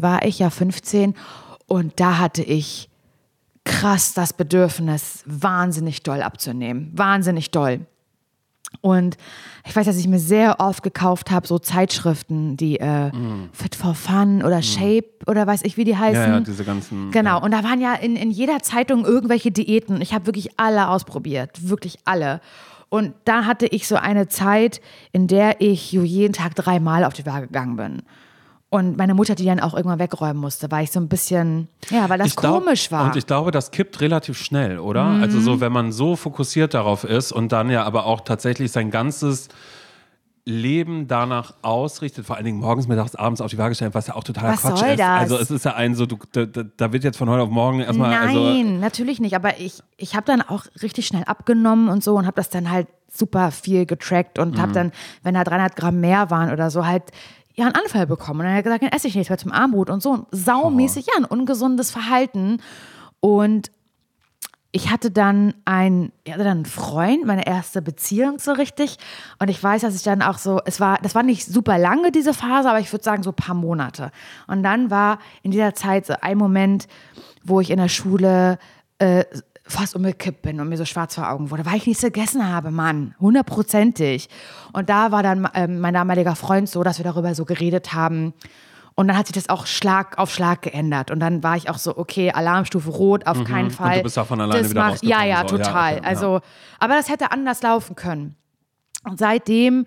und da hatte ich krass das Bedürfnis, wahnsinnig doll abzunehmen. Wahnsinnig doll. Und ich weiß, dass ich mir sehr oft gekauft habe, so Zeitschriften, die Fit for Fun oder Shape oder weiß ich, wie die heißen. Ja, diese ganzen. Genau, und da waren ja in jeder Zeitung irgendwelche Diäten. Ich habe wirklich alle ausprobiert, wirklich alle. Und da hatte ich so eine Zeit, in der ich jeden Tag 3-mal auf die Waage gegangen bin. Und meine Mutter, die dann auch irgendwann wegräumen musste, war ich so ein bisschen, weil das komisch war. Und ich glaube, das kippt relativ schnell, oder? Also so, wenn man so fokussiert darauf ist und dann ja aber auch tatsächlich sein ganzes Leben danach ausrichtet, vor allen Dingen morgens, mittags, abends auf die Waage stellen, was ja auch totaler Quatsch ist. Also es ist ja da wird jetzt von heute auf morgen erstmal. Nein, natürlich nicht. Aber ich habe dann auch richtig schnell abgenommen und so und habe das dann halt super viel getrackt und habe dann, wenn da 300 Gramm mehr waren oder so, halt einen Anfall bekommen. Und dann hat er gesagt, dann esse ich nichts mehr zum Armut und so. Saumäßig, ein ungesundes Verhalten. Und ich hatte dann einen Freund, meine erste Beziehung so richtig. Und ich weiß, dass ich dann auch so, das war nicht super lange, diese Phase, aber ich würde sagen so ein paar Monate. Und dann war in dieser Zeit so ein Moment, wo ich in der Schule fast umgekippt bin und mir so schwarz vor Augen wurde, weil ich nichts gegessen habe, Mann, 100%. Und da war dann mein damaliger Freund so, dass wir darüber so geredet haben. Und dann hat sich das auch Schlag auf Schlag geändert. Und dann war ich auch so, okay, Alarmstufe Rot, auf keinen Fall. Und du bist auch von alleine wieder rausgekommen. Ja, so. total. Ja, okay, also, aber das hätte anders laufen können. Und seitdem,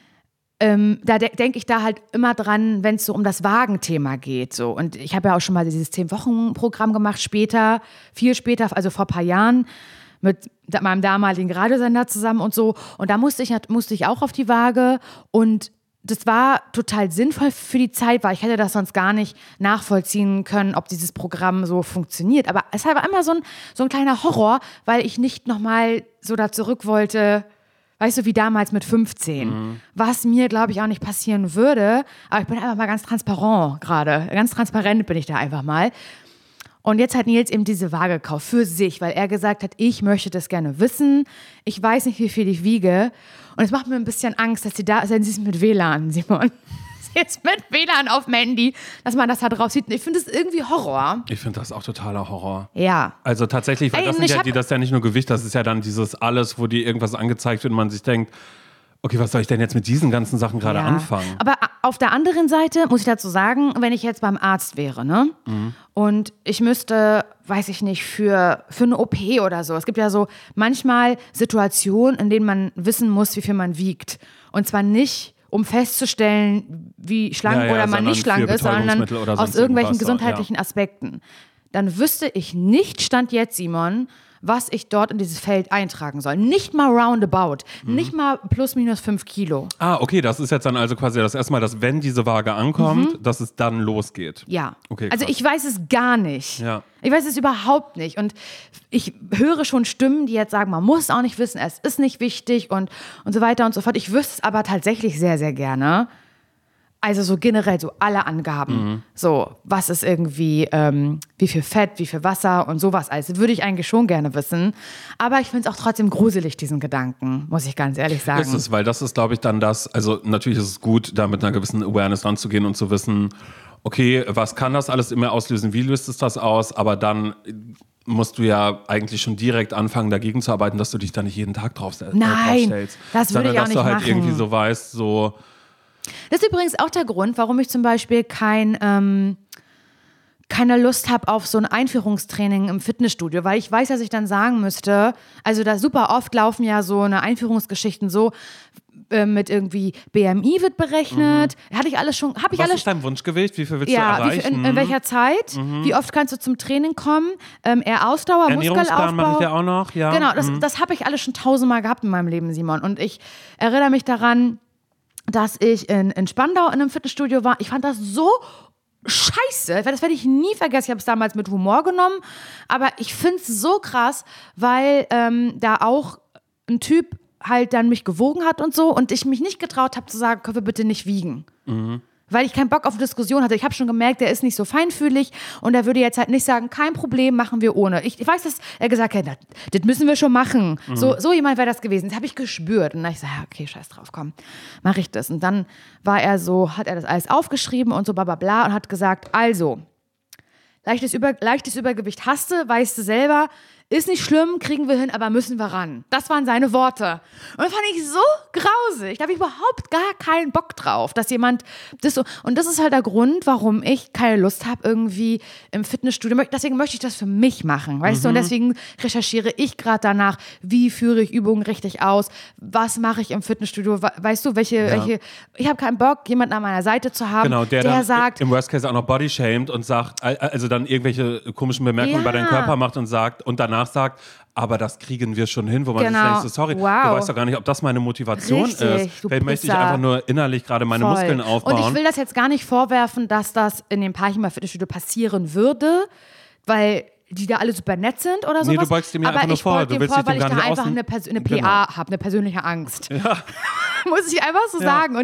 da denke ich da halt immer dran, wenn es so um das Wagenthema geht. So. Und ich habe ja auch schon mal dieses 10-Wochen-Programm gemacht, viel später, also vor ein paar Jahren, mit meinem damaligen Radiosender zusammen und so. Und da musste ich auch auf die Waage. Und das war total sinnvoll für die Zeit, weil ich hätte das sonst gar nicht nachvollziehen können, ob dieses Programm so funktioniert. Aber es war immer so ein kleiner Horror, weil ich nicht nochmal so da zurück wollte, weißt du, wie damals mit 15. Was mir, glaube ich, auch nicht passieren würde. Aber ich bin einfach mal ganz transparent gerade. Ganz transparent bin ich da einfach mal. Und jetzt hat Nils eben diese Waage gekauft für sich, weil er gesagt hat, ich möchte das gerne wissen. Ich weiß nicht, wie viel ich wiege. Und es macht mir ein bisschen Angst, dass sie ist mit WLAN, Simon. Sie ist mit WLAN auf dem Handy, dass man das da drauf sieht. Ich finde das irgendwie Horror. Ich finde das auch totaler Horror. Ja. Also tatsächlich, weil das ist ja nicht nur Gewicht, das ist ja dann dieses alles, wo dir irgendwas angezeigt wird und man sich denkt, okay, was soll ich denn jetzt mit diesen ganzen Sachen gerade anfangen? Aber auf der anderen Seite muss ich dazu sagen, wenn ich jetzt beim Arzt wäre, ne? Und ich müsste, weiß ich nicht, für eine OP oder so. Es gibt ja so manchmal Situationen, in denen man wissen muss, wie viel man wiegt. Und zwar nicht, um festzustellen, wie schlank oder man nicht schlank ist, sondern aus irgendwelchen gesundheitlichen Aspekten. Dann wüsste ich nicht, Stand jetzt, Simon, was ich dort in dieses Feld eintragen soll. Nicht mal roundabout, nicht mal plus minus 5 Kilo. Ah, okay, das ist jetzt dann also quasi das erste Mal, dass wenn diese Waage ankommt, dass es dann losgeht. Ja, okay, also ich weiß es gar nicht. Ja. Ich weiß es überhaupt nicht. Und ich höre schon Stimmen, die jetzt sagen, man muss auch nicht wissen, es ist nicht wichtig und so weiter und so fort. Ich wüsste es aber tatsächlich sehr, sehr gerne. Also so generell so alle Angaben, so was ist irgendwie, wie viel Fett, wie viel Wasser und sowas alles, würde ich eigentlich schon gerne wissen. Aber ich finde es auch trotzdem gruselig, diesen Gedanken, muss ich ganz ehrlich sagen. Ist es, weil das ist, glaube ich, dann das, also natürlich ist es gut, da mit einer gewissen Awareness ranzugehen und zu wissen, okay, was kann das alles immer auslösen, wie löst es das aus, aber dann musst du ja eigentlich schon direkt anfangen, dagegen zu arbeiten, dass du dich da nicht jeden Tag draufstellst. Nein, das würde ich auch nicht machen. Sondern dass du halt irgendwie so weißt, so... Das ist übrigens auch der Grund, warum ich zum Beispiel keine Lust habe auf so ein Einführungstraining im Fitnessstudio, weil ich weiß, dass ich dann sagen müsste, also da super oft laufen ja so eine Einführungsgeschichten so, mit irgendwie BMI wird berechnet, hatte ich alles schon, habe ich Was alles. ist dein Wunschgewicht? Wie viel willst du erreichen? In welcher Zeit? Wie oft kannst du zum Training kommen? Eher Ausdauer, Ernährungsplan mache ich ja auch noch, ja. Genau, das habe ich alles schon 1000-mal gehabt in meinem Leben, Simon. Und ich erinnere mich daran, dass ich in Spandau in einem Fitnessstudio war. Ich fand das so scheiße. Das werde ich nie vergessen. Ich habe es damals mit Humor genommen. Aber ich finde es so krass, weil da auch ein Typ halt dann mich gewogen hat und so. Und ich mich nicht getraut habe zu sagen, können wir bitte nicht wiegen. Weil ich keinen Bock auf Diskussion hatte. Ich habe schon gemerkt, der ist nicht so feinfühlig und er würde jetzt halt nicht sagen, kein Problem, machen wir ohne. Ich weiß, dass er gesagt hat, das müssen wir schon machen. So jemand wäre das gewesen. Das habe ich gespürt. Und dann habe ich gesagt, ja, okay, scheiß drauf, komm, mache ich das. Und dann hat er das alles aufgeschrieben und so bla bla bla und hat gesagt, also, leichtes Übergewicht hast du, weißt du selber, ist nicht schlimm, kriegen wir hin, aber müssen wir ran. Das waren seine Worte. Und das fand ich so grausig. Da habe ich überhaupt gar keinen Bock drauf, dass jemand das so... Und das ist halt der Grund, warum ich keine Lust habe, irgendwie im Fitnessstudio... Deswegen möchte ich das für mich machen, weißt du? Und deswegen recherchiere ich gerade danach, wie führe ich Übungen richtig aus, was mache ich im Fitnessstudio, weißt du, welche... Ich habe keinen Bock, jemanden an meiner Seite zu haben, genau, der dann sagt... im Worst Case auch noch bodyshamed und sagt, also dann irgendwelche komischen Bemerkungen über deinen Körper macht und sagt und danach sagt, aber das kriegen wir schon hin, wo man sich denkt, so, sorry, du weißt doch gar nicht, ob das meine Motivation ist. Vielleicht möchte ich einfach nur innerlich gerade meine Muskeln aufbauen. Und ich will das jetzt gar nicht vorwerfen, dass das in dem Parchima Fitnessstudio passieren würde, weil die da alle super nett sind oder sowas. Nee, du beugst dir mir einfach nur vor. Du willst dich weil ich gar da nicht einfach eine PA habe, eine persönliche Angst. Ja. Muss ich einfach so sagen.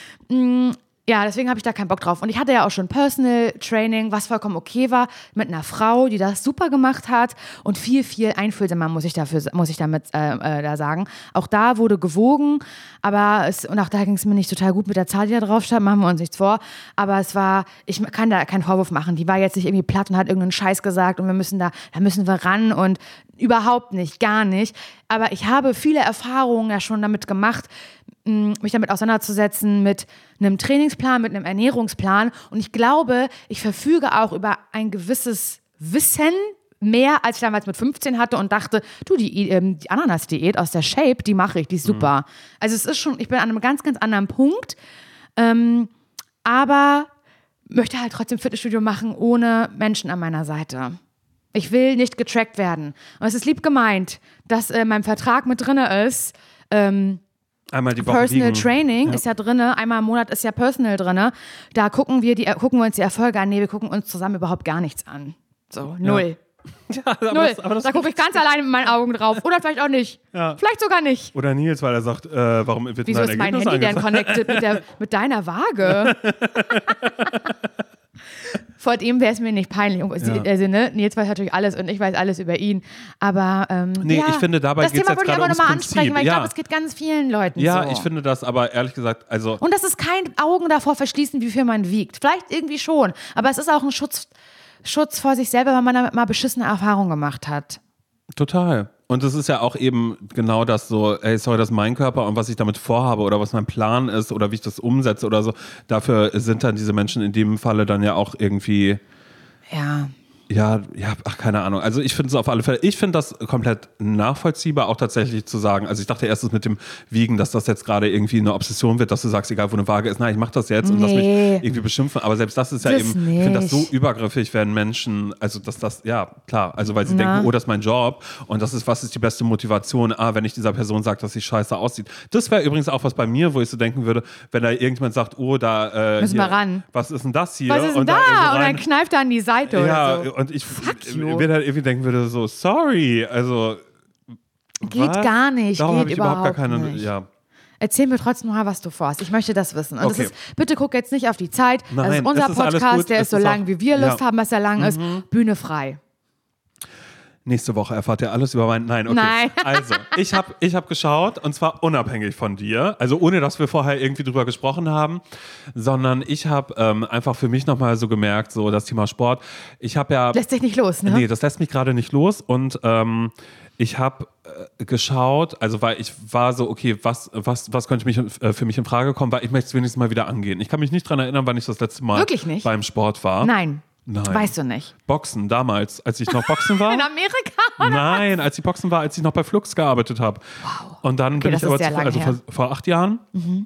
Und ja, deswegen habe ich da keinen Bock drauf. Und ich hatte ja auch schon Personal Training, was vollkommen okay war, mit einer Frau, die das super gemacht hat und viel, viel einfühlsamer, muss ich damit sagen. Auch da wurde gewogen, und auch da ging es mir nicht total gut mit der Zahl, die da drauf stand, machen wir uns nichts vor. Aber ich kann da keinen Vorwurf machen. Die war jetzt nicht irgendwie platt und hat irgendeinen Scheiß gesagt und da müssen wir ran und überhaupt nicht, gar nicht. Aber ich habe viele Erfahrungen ja schon damit gemacht, mich damit auseinanderzusetzen mit einem Trainingsplan, mit einem Ernährungsplan. Und ich glaube, ich verfüge auch über ein gewisses Wissen, mehr als ich damals mit 15 hatte und dachte, du, die Ananas-Diät aus der Shape, die mache ich, die ist super. Also es ist schon, ich bin an einem ganz, ganz anderen Punkt, aber möchte halt trotzdem Fitnessstudio machen ohne Menschen an meiner Seite. Ich will nicht getrackt werden. Und es ist lieb gemeint, dass in meinem Vertrag mit drin ist, einmal die Woche Personal wiegen. Training ist ja drin, einmal im Monat ist ja Personal drin. Da gucken wir uns die Erfolge an. Nee, wir gucken uns zusammen überhaupt gar nichts an. So, null. Ja, aber Null. das Da gucke ich ganz alleine mit meinen Augen drauf. Oder vielleicht auch nicht. Ja. Vielleicht sogar nicht. Oder Nils, weil er sagt, warum wird Wieso dein ist mein Ergebnis Handy denn angezeigt? connected mit deiner Waage? Vor ihm wäre es mir nicht peinlich. Also, ne? Nils weiß natürlich alles und ich weiß alles über ihn. Aber Nee, ich finde, dabei das geht es Thema jetzt wollte ich gerade aber ums nochmal ansprechen, Prinzip. weil ich Ja. glaube, es geht ganz vielen Leuten Ja, so. ich finde das aber ehrlich gesagt, also Und das ist kein Augen davor verschließen, wie viel man wiegt. Vielleicht irgendwie schon. Aber es ist auch ein Schutz vor sich selber, wenn man damit mal beschissene Erfahrungen gemacht hat. total. Und es ist ja auch eben genau das so, ey, sorry, das ist mein Körper und was ich damit vorhabe oder was mein Plan ist oder wie ich das umsetze oder so. Dafür sind dann diese Menschen in dem Falle dann ja auch irgendwie, Ja. ach, keine Ahnung. Also ich finde es auf alle Fälle, ich finde das komplett nachvollziehbar, auch tatsächlich zu sagen, also ich dachte erstens mit dem Wiegen, dass das jetzt gerade irgendwie eine Obsession wird, dass du sagst, egal wo eine Waage ist, nein, ich mach das jetzt und lass mich irgendwie beschimpfen. Aber selbst das ist ja Das eben, ich finde das so nicht. übergriffig, wenn Menschen, also dass das, ja, klar, also weil sie denken, oh, das ist mein Job und was ist die beste Motivation? Wenn ich dieser Person sage, dass sie scheiße aussieht. Das wäre übrigens auch was bei mir, wo ich so denken würde, wenn da irgendjemand sagt, oh, da Müssen hier, wir ran. was ist denn das hier? Was ist denn und da? irgendwo Und dann rein- kneift er an die Seite ja, oder so. und ich you. mir dann irgendwie denken würde, so, sorry, also Geht was? gar nicht, Darum geht habe ich überhaupt gar überhaupt keine, nicht. ja. Erzähl mir trotzdem mal, was du vorhast. Ich möchte das wissen. Und Okay. das ist, bitte guck jetzt nicht auf die Zeit. Das Nein, ist unser es ist alles Podcast, gut. der Es ist so ist lang, auch- wie wir Lust ja. haben, dass er lang ist. Bühne frei. Nächste Woche erfahrt ihr alles über meinen, nein, okay. Nein. Also, ich hab geschaut und zwar unabhängig von dir, also ohne, dass wir vorher irgendwie drüber gesprochen haben, sondern ich habe einfach für mich nochmal so gemerkt, so das Thema Sport, ich habe ja... Lässt sich nicht los, ne? Nee, das lässt mich gerade nicht los und ich habe geschaut, also weil ich war so, okay, was könnte für mich in Frage kommen, weil ich möchte es wenigstens mal wieder angehen. Ich kann mich nicht dran erinnern, wann ich das letzte Mal Wirklich nicht? beim Sport war. Nein. Nein. Weißt du nicht. Boxen, damals, als ich noch Boxen war. In Amerika? Nein, als ich Boxen war, als ich noch bei Flux gearbeitet habe. Wow. Und dann bin das ich aber ist sehr lang her. vor 8 Jahren.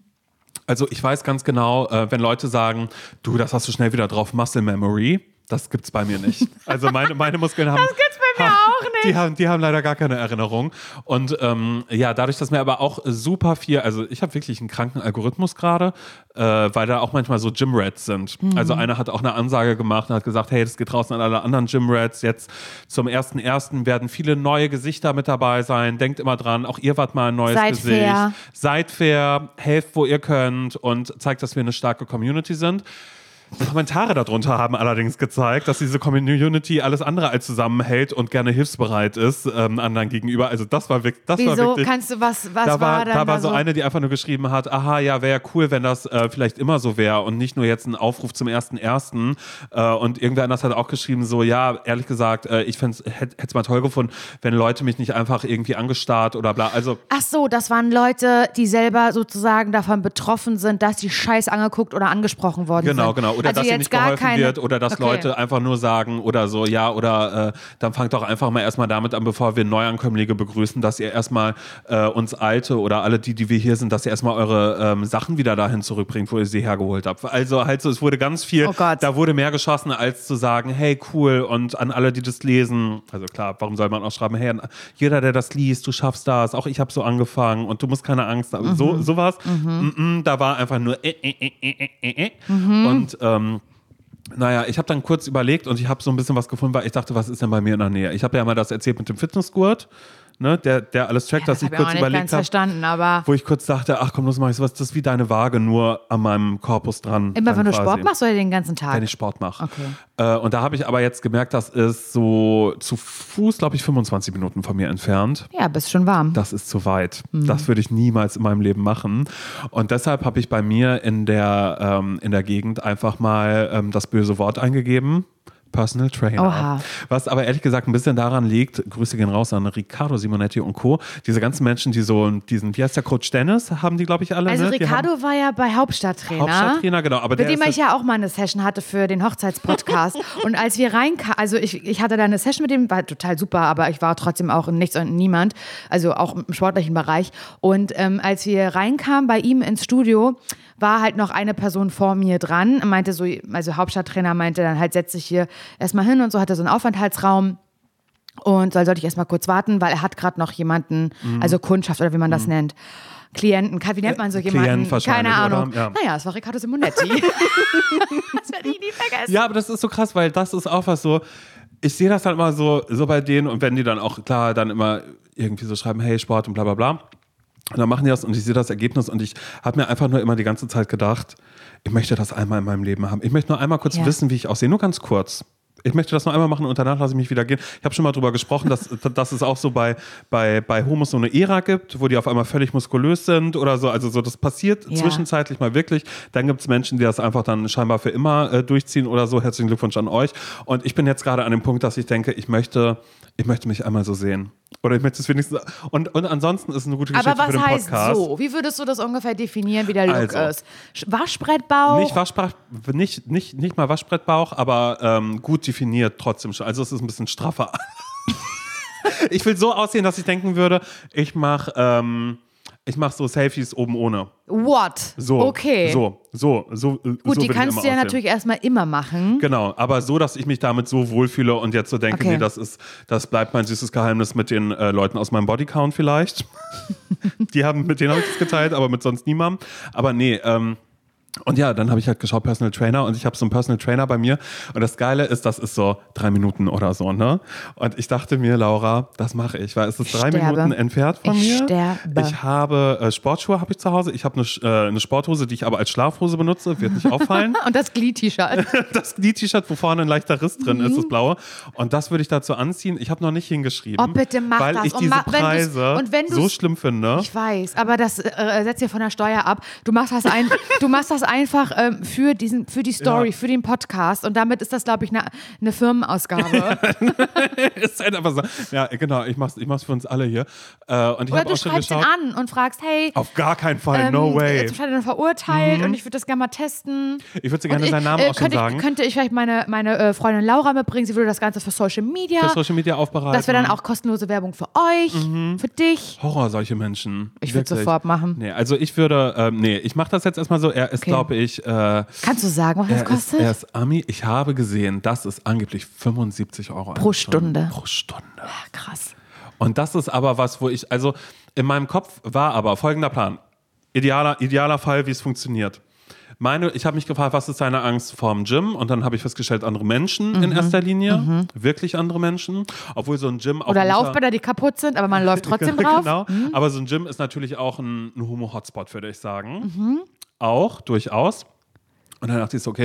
Also ich weiß ganz genau, wenn Leute sagen, du, das hast du schnell wieder drauf, Muscle Memory, das gibt's bei mir nicht. Also meine Muskeln haben... Das gibt's bei mir auch nicht. Die haben leider gar keine Erinnerung. Und dadurch, dass mir aber auch super viel, also ich habe wirklich einen kranken Algorithmus gerade, weil da auch manchmal so Gym-Rats sind. Also einer hat auch eine Ansage gemacht und hat gesagt, hey, das geht draußen an alle anderen Gym-Rats. Jetzt zum 1.1. werden viele neue Gesichter mit dabei sein. Denkt immer dran, auch ihr wart mal ein neues Seid Gesicht. fair. Seid fair, helft, wo ihr könnt und zeigt, dass wir eine starke Community sind. Die Kommentare darunter haben allerdings gezeigt, dass diese Community alles andere als zusammenhält und gerne hilfsbereit ist anderen gegenüber. Also das war wirklich... Wieso? Kannst du was Da war dann war so eine, die einfach nur geschrieben hat, aha, ja, wäre ja cool, wenn das vielleicht immer so wäre und nicht nur jetzt ein Aufruf zum 1.1. Und irgendwer anders hat auch geschrieben, so, ja, ehrlich gesagt, ich hätte es mal toll gefunden, wenn Leute mich nicht einfach irgendwie angestarrt oder bla. Also Ach so, das waren Leute, die selber sozusagen davon betroffen sind, dass die Scheiß angeguckt oder angesprochen worden sind. Genau. Oder Also dass ihnen jetzt nicht gar geholfen keine- wird oder dass Okay. Leute einfach nur sagen oder so, ja, oder dann fangt doch einfach mal erstmal damit an, bevor wir Neuankömmlinge begrüßen, dass ihr erstmal uns Alte oder alle die wir hier sind, dass ihr erstmal eure Sachen wieder dahin zurückbringt, wo ihr sie hergeholt habt. Also halt so, es wurde ganz viel, Oh Gott. da wurde mehr geschossen, als zu sagen, hey, cool, und an alle, die das lesen, also klar, warum soll man auch schreiben, hey, jeder, der das liest, du schaffst das, auch ich habe so angefangen und du musst keine Angst haben, sowas. Da war einfach nur und naja, ich habe dann kurz überlegt und ich habe so ein bisschen was gefunden, weil ich dachte, was ist denn bei mir in der Nähe? Ich habe ja mal das erzählt mit dem Fitnessgurt, ne, der alles trackt, dass ich hab ich auch kurz nicht überlegt ganz habe, verstanden, aber wo ich kurz dachte, ach komm, los, mach ich sowas, das ist wie deine Waage, nur an meinem Korpus dran. immer dann wenn du quasi, Sport machst oder den ganzen Tag? wenn ich Sport mache. Okay. Und da habe ich aber jetzt gemerkt, das ist so zu Fuß, glaube ich, 25 Minuten von mir entfernt. Ja, bist schon warm. Das ist zu weit. Das würde ich niemals in meinem Leben machen. Und deshalb habe ich bei mir in der Gegend einfach mal das böse Wort eingegeben. Personal Trainer. Oha. Was aber ehrlich gesagt ein bisschen daran liegt, Grüße gehen raus an Riccardo Simonetti und Co., diese ganzen Menschen, die so diesen, wie heißt der, Coach Dennis, haben die, glaube ich, alle. Also ne? Riccardo war ja bei Hauptstadttrainer. Hauptstadttrainer, genau. Aber mit der dem ich ja auch mal eine Session hatte für den Hochzeitspodcast. Und als wir reinkamen, also ich hatte da eine Session mit dem, war total super, aber ich war trotzdem auch in Nichts und Niemand, also auch im sportlichen Bereich. Und als wir reinkamen bei ihm ins Studio, war halt noch eine Person vor mir dran, meinte so, also Hauptstadttrainer meinte dann halt, setz dich hier erstmal hin und so, hatte so einen Aufenthaltsraum. Und sollte ich erstmal kurz warten, weil er hat gerade noch jemanden, also Kundschaft oder wie man das nennt. Klienten, wie nennt man so jemanden? Keine Ahnung. Oder? Ja. Naja, es war Riccardo Simonetti. Das werde ich nie vergessen. Ja, aber das ist so krass, weil das ist auch was so, ich sehe das halt immer so bei denen und wenn die dann auch, klar, dann immer irgendwie so schreiben, hey, Sport und bla bla bla. Und dann machen die das und ich sehe das Ergebnis und ich habe mir einfach nur immer die ganze Zeit gedacht, ich möchte das einmal in meinem Leben haben. Ich möchte nur einmal kurz wissen, wie ich aussehe, nur ganz kurz. Ich möchte das noch einmal machen und danach lasse ich mich wieder gehen. Ich habe schon mal drüber gesprochen, dass es auch so bei Homos so eine Ära gibt, wo die auf einmal völlig muskulös sind oder so. Also so, das passiert zwischenzeitlich mal wirklich. Dann gibt es Menschen, die das einfach dann scheinbar für immer durchziehen oder so. Herzlichen Glückwunsch an euch. Und ich bin jetzt gerade an dem Punkt, dass ich denke, ich möchte mich einmal so sehen. Oder ich möchte es wenigstens. Und ansonsten ist es eine gute Geschichte für den Podcast. Aber was heißt so? Wie würdest du das ungefähr definieren, wie der Look ist? Waschbrettbauch? Nicht mal Waschbrettbauch, aber gut definiert trotzdem schon. Also es ist ein bisschen straffer. Ich will so aussehen, dass ich denken würde, ich mache so Selfies oben ohne. What? So. Okay. So Gut, die kannst du ja natürlich erstmal immer machen. Genau, aber so, dass ich mich damit so wohlfühle und jetzt so denke, nee, das bleibt mein süßes Geheimnis mit den Leuten aus meinem Bodycount vielleicht. Mit denen habe ich das geteilt, aber mit sonst niemandem. Aber nee, und ja, dann habe ich halt geschaut, Personal Trainer, und ich habe so einen Personal Trainer bei mir und das Geile ist, das ist so 3 Minuten oder so, ne? Und ich dachte mir, Laura, das mache ich, weil es ist 3 Minuten entfernt von mir. Sterbe. Ich habe Sportschuhe habe ich zu Hause, ich habe eine Sporthose, die ich aber als Schlafhose benutze, wird nicht auffallen. Und das Glied-T-Shirt. Das Glied-T-Shirt, wo vorne ein leichter Riss drin ist, das blaue. Und das würde ich dazu anziehen. Ich habe noch nicht hingeschrieben, oh, bitte mach weil das. ich diese Preise so schlimm finde. Ich weiß, aber das setzt dir von der Steuer ab. Du machst das einfach für die Story, für den Podcast und damit ist das, glaube ich, eine Firmenausgabe. Ist halt einfach so. Ja, genau, ich mach's für uns alle hier. Und ich Oder du auch schon schreibst ihn geschaut, an und fragst, hey, auf gar keinen Fall, no way. Jetzt wird er verurteilt und ich würde das gerne mal testen. Ich würde gerne seinen Namen auch schon sagen. Könnte ich vielleicht meine Freundin Laura mitbringen, sie würde das Ganze für Social Media aufbereiten. Das wäre dann auch kostenlose Werbung für euch, für dich. Horror, solche Menschen. Ich würde sofort machen. Nee, also ich mache das jetzt erstmal so. Er ist, glaube ich, kannst du sagen, was das kostet? Er ist Ami. Ich habe gesehen, das ist angeblich 75 Euro pro Stunde. Pro Stunde. Ja, krass. Und das ist aber was, wo ich, also in meinem Kopf war aber folgender Plan. Idealer Fall, wie es funktioniert. Ich habe mich gefragt, was ist deine Angst vorm Gym? Und dann habe ich festgestellt, andere Menschen in erster Linie. Wirklich andere Menschen. Obwohl so ein Gym auch. Oder Laufbänder, die kaputt sind, aber man läuft trotzdem drauf. Genau. Aber so ein Gym ist natürlich auch ein Homo-Hotspot, würde ich sagen. Auch, durchaus. Und dann dachte ich so, okay,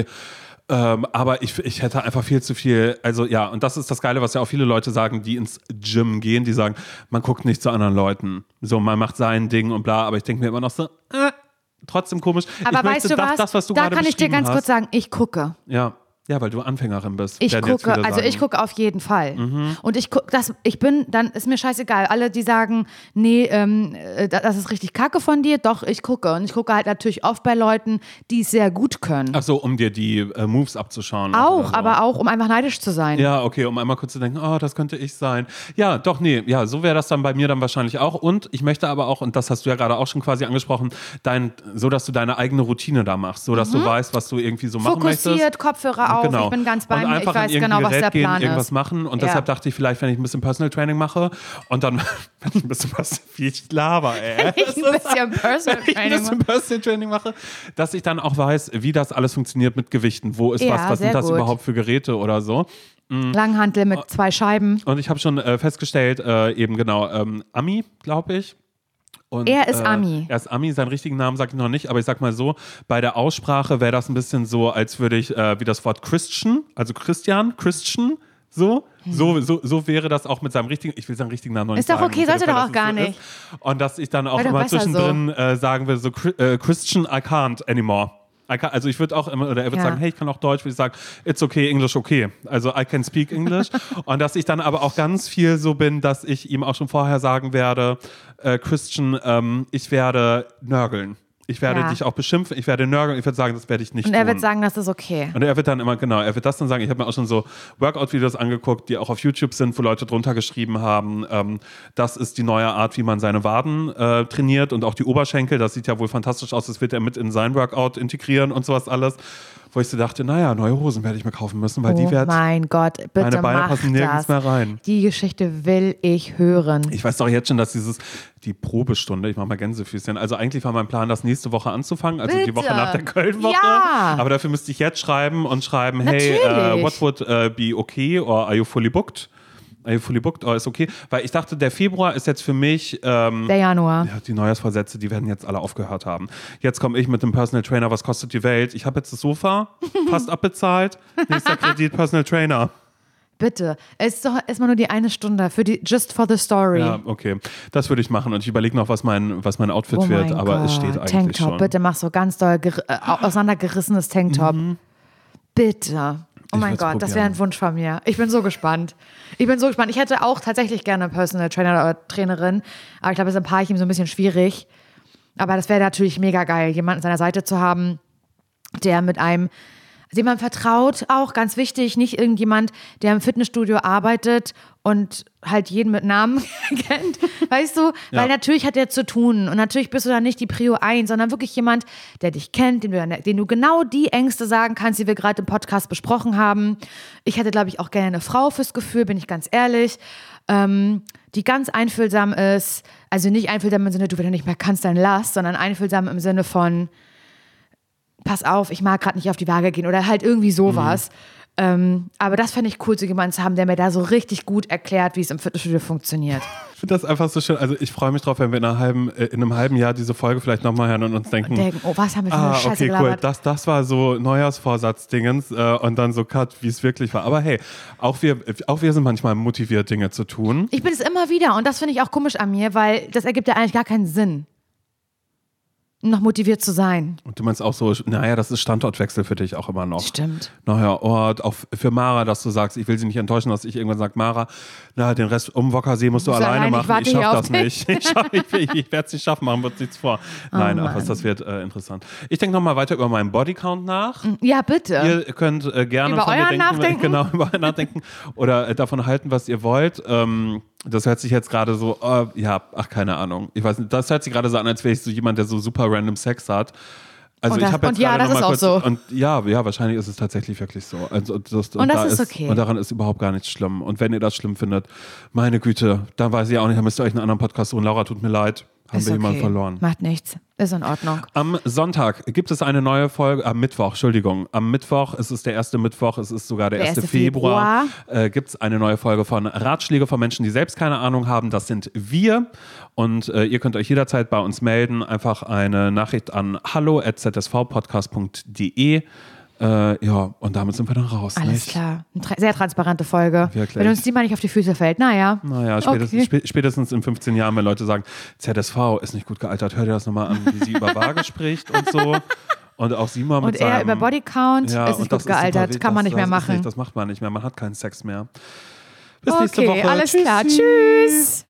aber ich hätte einfach viel zu viel, also ja, und das ist das Geile, was ja auch viele Leute sagen, die ins Gym gehen, die sagen, man guckt nicht zu anderen Leuten. So, man macht sein Ding und bla, aber ich denke mir immer noch so, trotzdem komisch. Aber weißt du was? Da kann ich dir ganz kurz sagen, ich gucke. Ja, weil du Anfängerin bist. Ich gucke auf jeden Fall. Und dann ist mir scheißegal. Alle, die sagen, nee, das ist richtig kacke von dir, doch, ich gucke. Und ich gucke halt natürlich oft bei Leuten, die es sehr gut können. Ach so, um dir die Moves abzuschauen. Auch, so. Aber auch, um einfach neidisch zu sein. Ja, okay, um einmal kurz zu denken, oh, das könnte ich sein. Ja, doch, nee, ja, so wäre das dann bei mir dann wahrscheinlich auch. Und ich möchte aber auch, und das hast du ja gerade auch schon quasi angesprochen, so, dass du deine eigene Routine da machst, so, dass du weißt, was du irgendwie so machen möchtest. Fokussiert, Kopfhörer auf, ich bin ganz bei mir, ich weiß genau, was der Plan ist. Irgendwas machen und deshalb dachte ich vielleicht, wenn ich ein bisschen Personal Training mache und dann, wenn ich ein bisschen wie ich laber, ey. Ein bisschen Personal Training mache, dass ich dann auch weiß, wie das alles funktioniert mit Gewichten, wo ist was sind das überhaupt für Geräte oder so. Langhantel mit 2 Scheiben. Und ich habe schon festgestellt, eben genau, Ami, glaube ich. Und, er ist Ami. Er ist Ami, seinen richtigen Namen sage ich noch nicht, aber ich sag mal so, bei der Aussprache wäre das ein bisschen so, als würde ich wie das Wort Christian, also Christian, so wäre das auch mit seinem richtigen, ich will seinen richtigen Namen noch nicht sagen. Ist doch okay, sollte doch auch gar nicht. Und dass ich dann auch immer zwischendrin sagen will, so Christian, I can't anymore. Also ich würde auch immer, oder er wird sagen, hey, ich kann auch Deutsch, würde ich sagen, it's okay, English okay. Also I can speak English. Und dass ich dann aber auch ganz viel so bin, dass ich ihm auch schon vorher sagen werde, Christian, ich werde nörgeln. Ich werde dich auch beschimpfen, ich werde nörgeln, ich werde sagen, das werde ich nicht tun. Und er wird sagen, das ist okay. Und er wird dann immer, genau, er wird das dann sagen. Ich habe mir auch schon so Workout-Videos angeguckt, die auch auf YouTube sind, wo Leute drunter geschrieben haben, das ist die neue Art, wie man seine Waden trainiert und auch die Oberschenkel. Das sieht ja wohl fantastisch aus, das wird er mit in sein Workout integrieren und sowas alles. Wo ich so dachte, naja, neue Hosen werde ich mir kaufen müssen, weil die werden. Mein Gott, bitte meine Beine mach passen nirgends mehr rein. Die Geschichte will ich hören. Ich weiß doch jetzt schon, dass die Probestunde, ich mache mal Gänsefüßchen, also eigentlich war mein Plan, das nächste Woche anzufangen, also die Woche nach der Köln-Woche. Ja. Aber dafür müsste ich jetzt schreiben, Natürlich. hey, what would be okay or are you fully booked? Are you fully booked or ist okay? Weil ich dachte, der Februar ist jetzt für mich der Januar. Ja, die Neujahrsvorsätze, die werden jetzt alle aufgehört haben. Jetzt komme ich mit dem Personal Trainer, was kostet die Welt? Ich habe jetzt das Sofa fast abbezahlt. Nächster Kredit, Personal Trainer. Bitte. Es ist doch erstmal nur die eine Stunde für die Just for the Story. Ja, okay. Das würde ich machen und ich überlege noch, was mein Outfit wird, aber es steht eigentlich Tanktop, schon. bitte mach so ganz doll auseinandergerissenes Tanktop. Bitte. Oh mein Gott, das wäre ein Wunsch von mir. Ich bin so gespannt. Ich hätte auch tatsächlich gerne einen Personal Trainer oder Trainerin, aber ich glaube, es ist ein Paarchen so ein bisschen schwierig. Aber das wäre natürlich mega geil, jemanden an seiner Seite zu haben, der mit einem, dem man vertraut, auch ganz wichtig, nicht irgendjemand, der im Fitnessstudio arbeitet und halt jeden mit Namen kennt, weißt du? Ja. Weil natürlich hat der zu tun und natürlich bist du dann nicht die Prio 1, sondern wirklich jemand, der dich kennt, den du genau die Ängste sagen kannst, die wir gerade im Podcast besprochen haben. Ich hätte, glaube ich, auch gerne eine Frau fürs Gefühl, bin ich ganz ehrlich, die ganz einfühlsam ist, also nicht einfühlsam im Sinne, du, wenn du nicht mehr kannst, dann lass, sondern einfühlsam im Sinne von pass auf, ich mag gerade nicht auf die Waage gehen oder halt irgendwie sowas. Aber das fände ich cool, so jemanden zu haben, der mir da so richtig gut erklärt, wie es im Fitnessstudio funktioniert. Ich finde das einfach so schön. Also ich freue mich drauf, wenn wir in einem halben Jahr diese Folge vielleicht nochmal hören und uns denken, oh, was haben wir für eine Scheiße okay, gelabert? cool, das war so Neujahrsvorsatz-Dingens und dann so Cut, wie es wirklich war. Aber hey, auch wir sind manchmal motiviert, Dinge zu tun. Ich bin es immer wieder und das finde ich auch komisch an mir, weil das ergibt ja eigentlich gar keinen Sinn, noch motiviert zu sein. Und du meinst auch so, naja, das ist Standortwechsel für dich auch immer noch. Stimmt. Naja, auch für Mara, dass du sagst, ich will sie nicht enttäuschen, dass ich irgendwann sage, Mara, den Rest um Wockersee musst du alleine machen. Ich schaff das nicht. Ich werde es nicht schaffen, machen wir uns nichts vor. Nein, aber das wird interessant. Ich denke nochmal weiter über meinen Bodycount nach. Ja, bitte. Ihr könnt gerne über von mir euren nachdenken. Genau, über euren nachdenken. Oder davon halten, was ihr wollt. Das hört sich jetzt gerade so, keine Ahnung. Ich weiß nicht, das hört sich gerade so an, als wäre ich so jemand, der so super random Sex hat. Also ich habe jetzt gerade das noch ist mal auch kurz, so. Und ja, wahrscheinlich ist es tatsächlich wirklich so. Also das ist okay. Und daran ist überhaupt gar nichts schlimm. Und wenn ihr das schlimm findet, meine Güte, dann weiß ich auch nicht, dann müsst ihr euch einen anderen Podcast suchen. Laura, tut mir leid. Haben wir jemanden verloren. Macht nichts. Ist in Ordnung. Am Sonntag gibt es eine neue Folge, am Mittwoch, es ist der erste Mittwoch, es ist sogar der 1. Februar. Gibt es eine neue Folge von Ratschläge von Menschen, die selbst keine Ahnung haben. Das sind wir. Und ihr könnt euch jederzeit bei uns melden. Einfach eine Nachricht an hallo@zsvpodcast.de. Und damit sind wir dann raus. Alles nicht? klar. Eine sehr transparente Folge. Wirklich. Wenn uns die mal nicht auf die Füße fällt, naja. Spätestens in 15 Jahren, wenn Leute sagen, ZSV ist nicht gut gealtert, hört ihr das nochmal an, wie sie über Waage spricht und so. Und auch sie mal mit seinem... Und er über Bodycount ist nicht gut gealtert, kann man nicht mehr machen. Das macht man nicht mehr, man hat keinen Sex mehr. Bis nächste Woche. Alles klar. Tschüss.